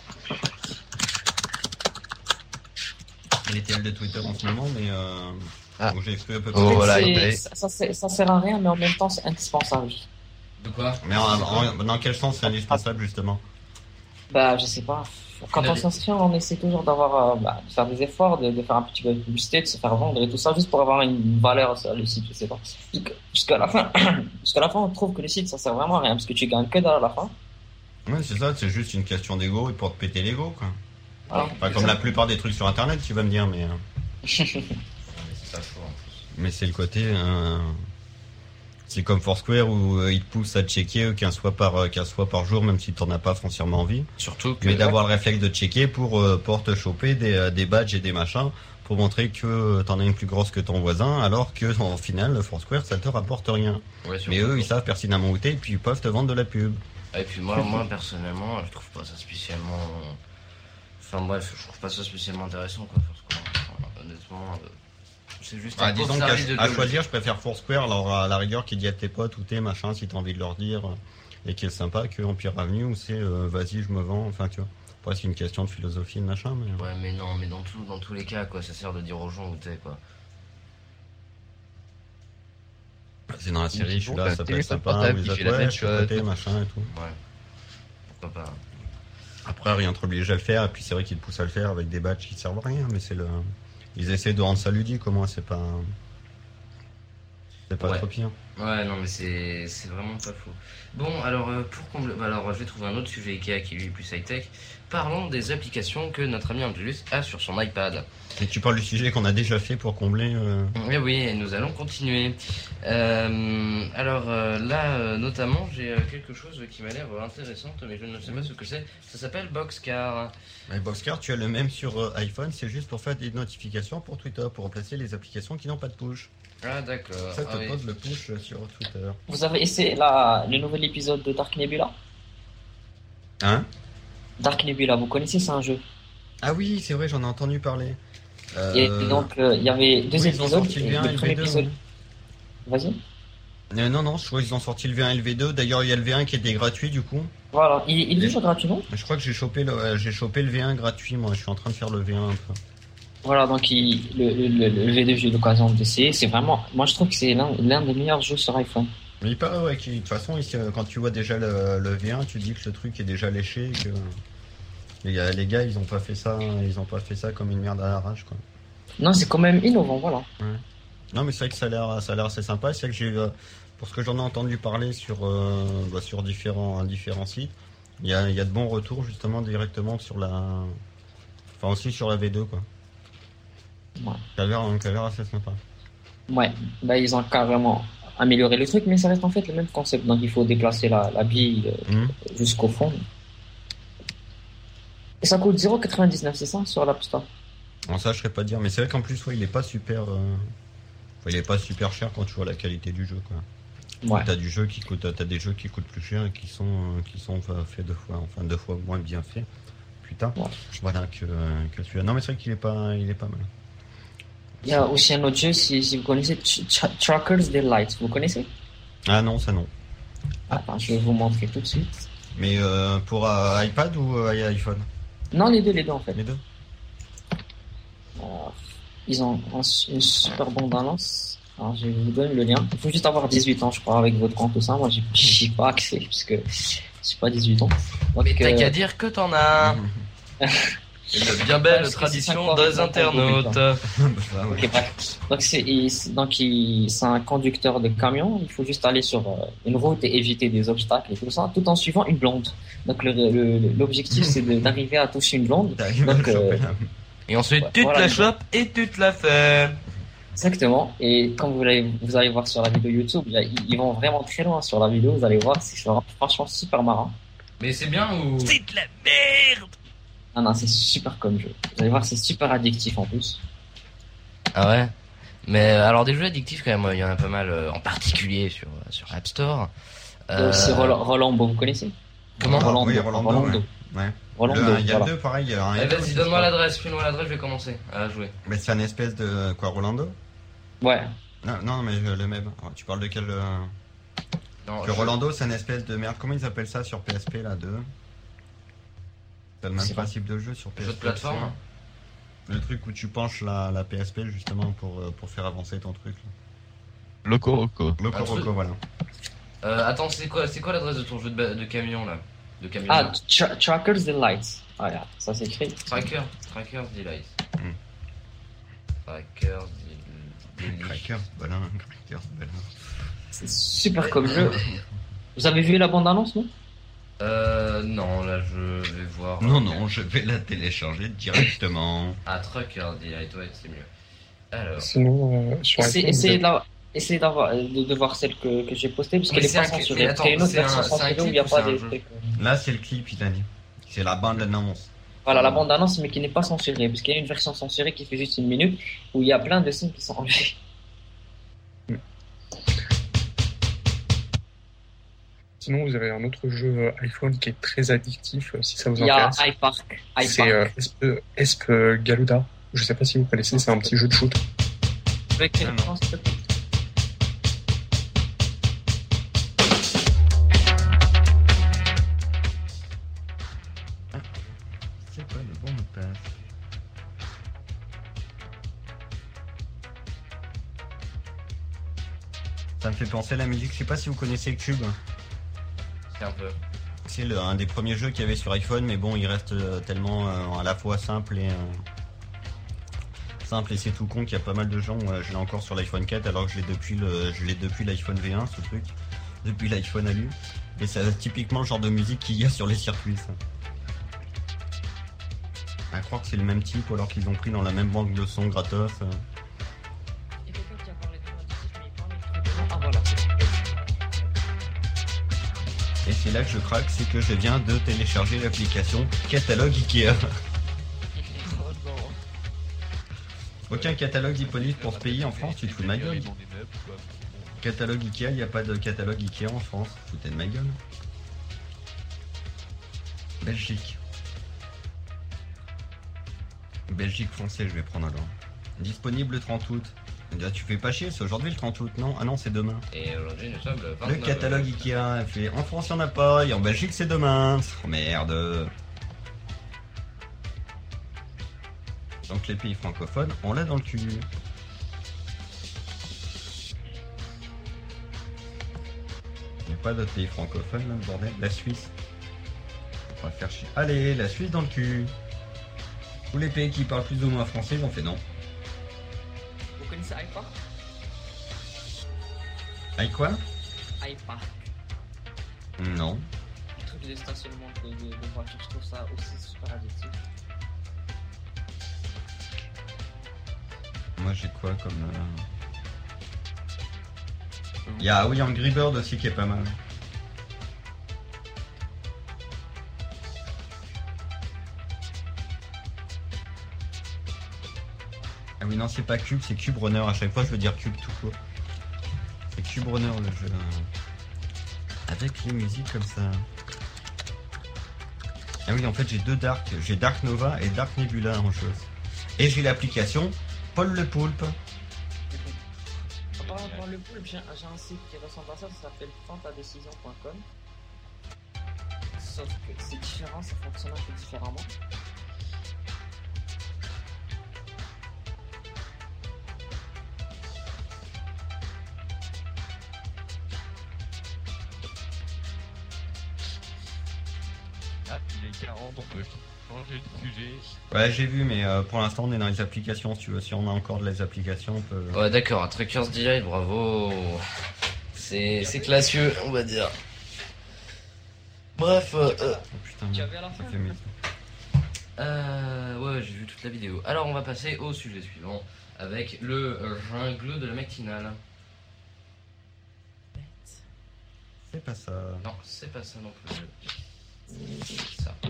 Les TL de Twitter en ce moment, mais donc j'ai exclu un peu. Oh, voilà, ça sert à rien, mais en même temps, c'est indispensable. De quoi? Mais dans quel sens c'est indispensable, justement? Bah, je sais pas. Quand on s'inscrit, on essaie toujours d'avoir, de faire des efforts, de faire un petit peu de publicité, de se faire vendre et tout ça, juste pour avoir une valeur sur le site, je sais pas. Jusqu'à la fin, on trouve que le site, ça sert vraiment à rien, parce que tu gagnes que dalle à la fin. Ouais, c'est ça, c'est juste une question d'ego et pour te péter l'ego, quoi. Voilà. Enfin, comme la plupart des trucs sur Internet, tu vas me dire, mais... C'est pas faux en plus. Mais c'est le côté... C'est comme Foursquare où ils te poussent à checker 15 fois par jour, même si t'en as pas foncièrement envie. Surtout que... Mais d'avoir le réflexe de checker pour te choper des badges et des machins, pour montrer que t'en as une plus grosse que ton voisin, alors que en final, le Foursquare, ça te rapporte rien. Ouais, mais eux, ils savent pertinemment où t'es, et puis ils peuvent te vendre de la pub. Et puis moi personnellement, je trouve pas ça spécialement... Enfin bref, je trouve pas ça spécialement intéressant, quoi, Foursquare. Enfin, honnêtement... C'est juste un disons qu'à choisir, je préfère Foursquare, alors à la rigueur qui dit à tes potes ou tes machins si t'as envie de leur dire et qui est sympa, que Empire Avenue où c'est vas-y je me vends, enfin tu vois. Après c'est une question de philosophie de machin, mais... Ouais mais non, mais dans tous les cas quoi, ça sert de dire aux gens où t'es quoi. C'est dans la série, je suis là, ça peut être sympa, portable vous qui êtes fait la même je suis à côté, chose. machin et tout. Ouais. Pourquoi pas. Après rien trop obligé à le faire, et puis c'est vrai qu'ils te poussent à le faire avec des badges qui servent à rien, mais c'est le... Ils essaient de rendre ça ludique, au moins c'est pas Ouais. trop pire. Ouais non mais c'est vraiment pas faux. Bon alors pour combler... alors je vais trouver un autre sujet Ikea qui lui est plus high-tech. Parlons des applications que notre ami Angelus a sur son iPad. Et tu parles du sujet qu'on a déjà fait pour combler... Eh oui, et nous allons continuer. Alors là, notamment, j'ai quelque chose qui m'a l'air intéressant, mais je ne sais pas ce que c'est. Ça s'appelle Boxcar. Boxcar, tu as le même sur iPhone, c'est juste pour faire des notifications pour Twitter, pour remplacer les applications qui n'ont pas de push. Ah d'accord. Ça te oui. pose le push sur Twitter. Vous avez essayé le nouvel épisode de Dark Nebula? Hein? Dark Nebula, vous connaissez, c'est un jeu. Ah oui, c'est vrai, j'en ai entendu parler. Et donc, il y avait deux oui, ils ont épisodes. sorti le et V1 et le le premier V2. épisode. Vas-y. Non, je crois qu'ils ont sorti le V1 et le V2. D'ailleurs, il y a le V1 qui était gratuit du coup. Voilà, il est toujours gratuit, non? Je crois que j'ai chopé le V1 gratuit, moi. Je suis en train de faire le V1 un peu. Voilà, donc le V2, j'ai eu l'occasion d'essayer. C'est vraiment, moi je trouve que c'est l'un des meilleurs jeux sur iPhone. Mais il paraît, ouais, de toute façon, ici, quand tu vois déjà le V1, tu dis que le truc est déjà léché. Et que les gars, ils ont pas fait ça comme une merde à l'arrache, quoi. Non, c'est quand même innovant, voilà. Ouais. Non, mais c'est vrai que ça a l'air assez sympa. C'est vrai que j'ai, pour ce que j'en ai entendu parler sur différents sites, il y a de bons retours justement directement sur aussi sur la V2, quoi. Ouais. Ça a l'air assez sympa. Ouais, bah ils ont carrément amélioré le truc, mais ça reste en fait le même concept. Donc il faut déplacer la bille jusqu'au fond. Et ça coûte 0,99, c'est ça, sur l'App Store? Bon, ça, je serais pas dire, mais c'est vrai qu'en plus, ouais, il est pas super cher quand tu vois la qualité du jeu, quoi. Ouais. T'as des jeux qui coûtent plus cher et qui sont faits deux fois moins bien faits. Putain. Ouais. Voilà que celui-là. Non, mais c'est vrai qu'il est pas mal. Il y a aussi un autre jeu, si vous connaissez, Truckers Delight. Vous connaissez? Ah non, ça non. Attends, je vais vous montrer tout de suite. Mais pour iPad ou iPhone? Non, les deux en fait. Les deux. Ils ont une super bande annonce. Alors, je vous donne le lien. Il faut juste avoir 18 ans, je crois, avec votre compte, tout ça. Moi, j'ai pas accès, puisque j'ai pas 18 ans. Donc, Mais t'as qu'à dire que t'en as. Une bien belle parce que c'est tradition 50 des internautes. Ah ouais. Ok, bref. Donc, c'est un conducteur de camion. Il faut juste aller sur une route et éviter des obstacles et tout ça, tout en suivant une blonde. Donc, l'objectif, c'est d'arriver à toucher une blonde. T'arrives à Donc, le choper, là. Et ensuite, tu te Voilà. la chopes et tu te la fais. Exactement. Et quand vous allez voir sur la vidéo YouTube, ils vont vraiment très loin sur la vidéo. Vous allez voir, c'est franchement super marrant. Mais c'est bien ou. C'est de la merde. Ah non, c'est super comme jeu. Vous allez voir, c'est super addictif en plus. Ah ouais. Mais alors des jeux addictifs quand même, il y en a pas mal, en particulier sur App Store. C'est Rolando, vous connaissez? Comment? Ah, oui, Rolando, ouais. Rolando, Il y a voilà. deux, pareil. Il y a un Eh, Edo vas-y, aussi, donne-moi je crois. l'adresse, file-moi l'adresse, je vais commencer à jouer. Mais c'est un espèce de... Quoi, Rolando? Ouais. Non, mais le même. Tu parles de quel... Non, Que Rolando, c'est une espèce de merde. Comment ils appellent ça sur PSP, là, C'est le même C'est principe de jeu sur PSP. jeu de plateforme. Le truc où tu penches la PSP, justement, pour faire avancer ton truc. Là. Loco Roco. Loco Un truc. Roco, voilà. Attends, c'est quoi l'adresse de ton jeu de camion là? De camion. Ah, Truckers Delight. Ah, regarde, ça s'écrit. Trackers Delight. Hmm. Trackers Delight. Crackers, Bolin, Crackers, Bolin. C'est super comme jeu. Vous avez vu la bande-annonce, non? Non, là je vais voir. Non, je vais la télécharger directement. Ah, Trackers Delight, ouais, c'est mieux. Alors. Sinon, sur iPhone, Essayez de voir celle que j'ai postée, parce Mais qu'elle est c'est pas un- censurée. mais Parce qu'il y a une autre attends, version c'est un censurée où il clip n'y a ou pas c'est un des jeu trucs. Là, c'est le clip, il a dit. C'est la bande annonce. Voilà, la bande-annonce, mais qui n'est pas censurée, parce qu'il y a une version censurée qui fait juste 1 minute, où il y a plein de signes qui sont enlevés. sinon, vous avez un autre jeu iPhone qui est très addictif, si ça vous Il y a intéresse. iPark. C'est Esp Galuda. Je sais pas si vous connaissez, c'est un petit jeu de shoot. Avec Ah, non. C'est quoi le bon mot de passe? Ça me fait penser à la musique, je sais pas si vous connaissez Cube. C'est un peu. C'est un des premiers jeux qu'il y avait sur iPhone, mais bon, il reste tellement à la fois simple et c'est tout con qu'il y a pas mal de gens. Je l'ai encore sur l'iPhone 4 alors que je l'ai depuis l'iPhone V1, ce truc, depuis l'iPhone à lui. Et c'est typiquement le genre de musique qu'il y a sur les circuits. Ça. À croire que c'est le même type ou alors qu'ils ont pris dans la même banque de sons gratos. Ah voilà. Et c'est là que je craque, c'est que je viens de télécharger l'application Catalogue Ikea. Aucun catalogue disponible pour ce pays en France, tu te fous de ma gueule. Catalogue Ikea, il n'y a pas de catalogue Ikea en France, foutez de ma gueule. Belgique. Belgique français, je vais prendre alors. Disponible le 30 août. Ah, tu fais pas chier, c'est aujourd'hui le 30 août, non? Ah non, c'est demain. Et aujourd'hui nous sommes le 29. Le catalogue Ikea, elle fait en France il n'y en a pas, et en Belgique c'est demain. Oh merde. Donc les pays francophones, on l'a dans le cul. Il n'y a pas d'autres pays francophones là, le bordel. La Suisse. On va faire chier. Allez, la Suisse dans le cul. Tous les pays qui parlent plus ou moins français, ils ont fait non. Vous connaissez iPark? Aïe quoi? iPark. Non. Le truc de stationnement de voiture, je trouve ça aussi super addictif. Moi j'ai quoi comme... Il y a oui Angry Bird aussi qui est pas mal. Ah oui non c'est pas Cube, c'est Cube Runner, à chaque fois je veux dire Cube tout court. C'est Cube Runner le jeu. Avec les musiques comme ça. Ah oui en fait j'ai deux Dark, j'ai Dark Nova et Dark Nebula en jeu. Et j'ai l'application Paul le Poulpe. En parlant de le pool, j'ai un site qui ressemble à ça s'appelle fantadecision.com. Sauf que c'est différent, ça fonctionne un peu différemment. Ah, il est 40, on peut changer de sujet. Ouais, j'ai vu, mais pour l'instant, on est dans les applications. Si tu veux, si on a encore de les applications, on peut. Ouais, d'accord, Truckers Delay, bravo. C'est classieux, on va dire. Bref, Oh putain, Tu avais à la ça fin, fait mieux. ouais, j'ai vu toute la vidéo. Alors, on va passer au sujet suivant avec le jungle de la matinale. C'est pas ça. Non, c'est pas ça non plus. C'est ça.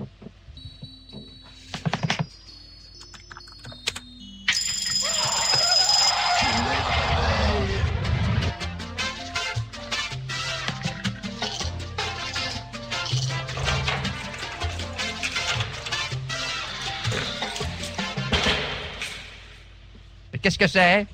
Qu'est-ce que c'est?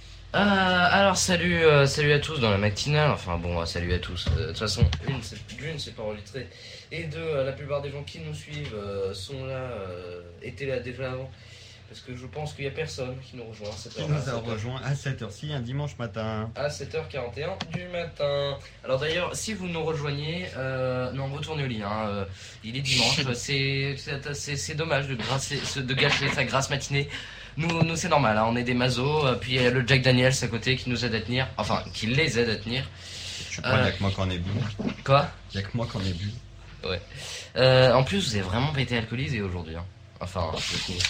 Alors salut à tous dans la matinale, enfin bon salut à tous, de toute façon d'une c'est pas enregistré, et deux la plupart des gens qui nous suivent sont là, étaient là déjà avant, parce que je pense qu'il y a personne qui nous rejoint à cette Qui heure nous a rejoint à 7h ci un dimanche matin. à 7h41 du matin. Alors d'ailleurs, si vous nous rejoignez, non, retournez au lit, hein, il est dimanche, c'est dommage de gâcher sa grasse matinée. Nous c'est normal, hein, on est des mazos, puis il y a le Jack Daniels à côté qui nous aide à tenir, enfin qui les aide à tenir. Je crois qu'il y a que moi qui en ai bu. Quoi? Il y a que moi qui en ai bu. Ouais. En plus, vous avez vraiment pas été alcoolisé aujourd'hui, hein. Enfin, je trouve.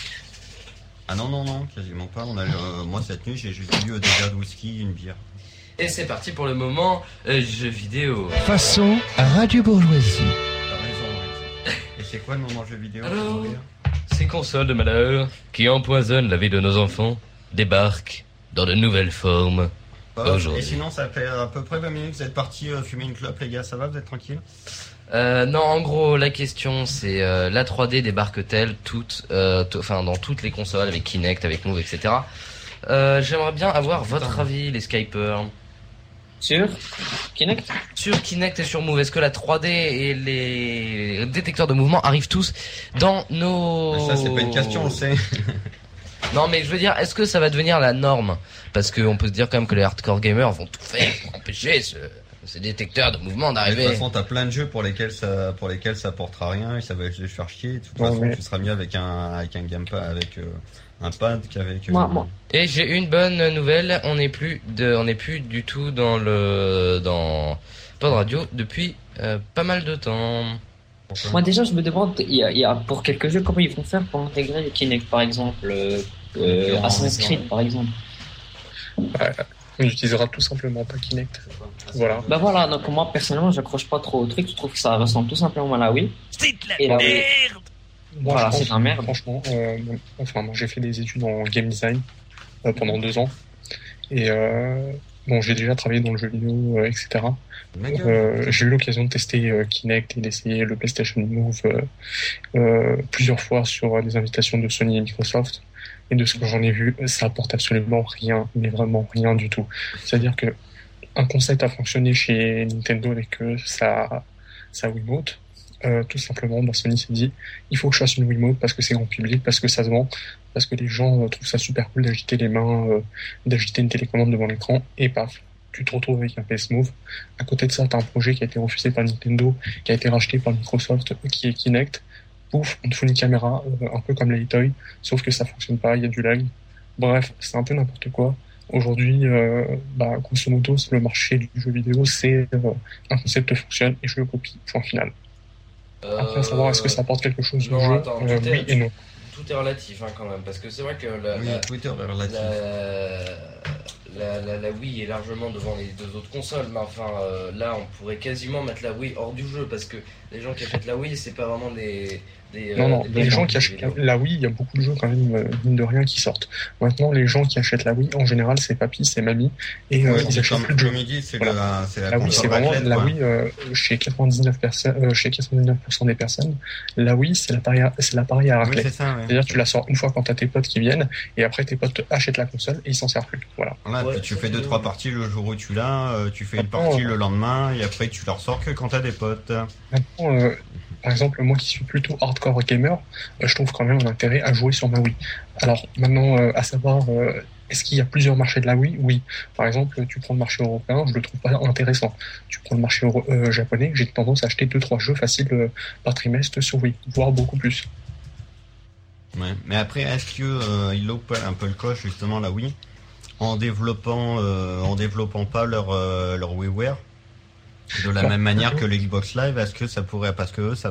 Ah non, quasiment pas. On a moi cette nuit, j'ai juste bu des verres de whisky, une bière. Et c'est parti pour le moment jeux vidéo. Façon à Radio Bourgeoisie. T'as raison, ouais. Et c'est quoi le moment jeu vidéo? Allô faut mourir Ces consoles de malheur qui empoisonnent la vie de nos enfants débarquent dans de nouvelles formes. Et Aujourd'hui. sinon, ça fait à peu près 20 minutes que vous êtes partis fumer une clope, les gars. Ça va? Vous êtes tranquille? Non, en gros, la question c'est la 3D débarque-t-elle dans toutes les consoles avec Kinect, avec Move, etc. J'aimerais bien avoir votre avis, les Skypers. Sur Kinect? Sur Kinect et sur Move, est-ce que la 3D et les détecteurs de mouvement arrivent tous dans nos... Ça, c'est pas une question, on le sait. Non, mais je veux dire, est-ce que ça va devenir la norme? Parce qu'on peut se dire quand même que les hardcore gamers vont tout faire pour empêcher ces détecteurs de mouvement De toute d'arriver. façon, t'as plein de jeux pour lesquels ça portera rien et ça va juste faire chier. De toute façon, tu seras mieux avec un gamepad, avec un pad qu'avec. Moi. Et j'ai une bonne nouvelle, on n'est plus du tout dans Pod Radio depuis pas mal de temps. Moi déjà je me demande, il y a pour quelques jeux comment ils vont faire pour intégrer les Kinect par exemple, Assassin's Creed par exemple. On utilisera tout simplement pas Kinect. Voilà. Bah voilà, donc moi personnellement j'accroche pas trop au truc, je trouve que ça ressemble tout simplement à la Wii. Et la Wii, Moi, voilà, je pense, c'est un merde. franchement, moi j'ai fait des études en game design pendant 2 ans. Et bon, j'ai déjà travaillé dans le jeu vidéo, etc. J'ai eu l'occasion de tester Kinect et d'essayer le PlayStation Move plusieurs fois sur des invitations de Sony et Microsoft. Et de ce que j'en ai vu, ça apporte absolument rien, mais vraiment rien du tout. C'est-à-dire que un concept a fonctionné chez Nintendo avec sa Wiimote. Tout simplement, Sony s'est dit, il faut que je fasse une Wiimote parce que c'est grand public, parce que ça se vend, parce que les gens trouvent ça super cool d'agiter les mains, d'agiter une télécommande devant l'écran, et paf, tu te retrouves avec un PS Move. À côté de ça, t'as un projet qui a été refusé par Nintendo, qui a été racheté par Microsoft, qui est Kinect. Pouf, on te fout une caméra, un peu comme la Toy, sauf que ça fonctionne pas, il y a du lag. Bref, c'est un peu n'importe quoi. Aujourd'hui, grosso modo, le marché du jeu vidéo, c'est un concept fonctionne et je le copie, point final. Après, à savoir, est-ce que ça apporte quelque chose au non, jeu? attends, Oui et non. Tout est relatif, hein, quand même, parce que c'est vrai que Oui, Twitter est relatif. la Wii est largement devant les deux autres consoles, mais enfin là on pourrait quasiment mettre la Wii hors du jeu parce que les gens qui achètent la Wii c'est pas vraiment des Non, des les gens qui de achètent vidéos. la Wii, il y a beaucoup de jeux quand même, mine de rien, qui sortent. Maintenant, les gens qui achètent la Wii, en général, c'est papy, c'est mamie, et Oui, ils achètent plus de jeux. midi, c'est Voilà. c'est la La Wii, console c'est vraiment raclette, la quoi. Wii chez 99% des personnes. La Wii, c'est l'appareil à Oui, raclette. c'est ça, ouais. C'est-à-dire, tu la sors une fois quand t'as tes potes qui viennent, et après tes potes achètent la console et ils s'en servent plus. Voilà. Voilà, Ouais, puis tu ça, fais c'est 2-3 parties le jour où tu l'as, tu fais une Maintenant, partie le lendemain, et après tu la ressors que quand t'as des potes. Maintenant, par exemple, moi qui suis plutôt hardcore gamer, je trouve quand même un intérêt à jouer sur ma Wii. Alors maintenant, à savoir, est-ce qu'il y a plusieurs marchés de la Wii? Oui. Par exemple, tu prends le marché européen, je le trouve pas intéressant. Tu prends le marché japonais, j'ai tendance à acheter 2-3 jeux faciles par trimestre sur Wii, voire beaucoup plus. Ouais. Mais après, est-ce que ils louent pas un peu le coche justement la Wii en développant pas leur WiiWare de la Bah, même manière que l'Xbox Live? Est-ce que ça pourrait, parce que eux, ça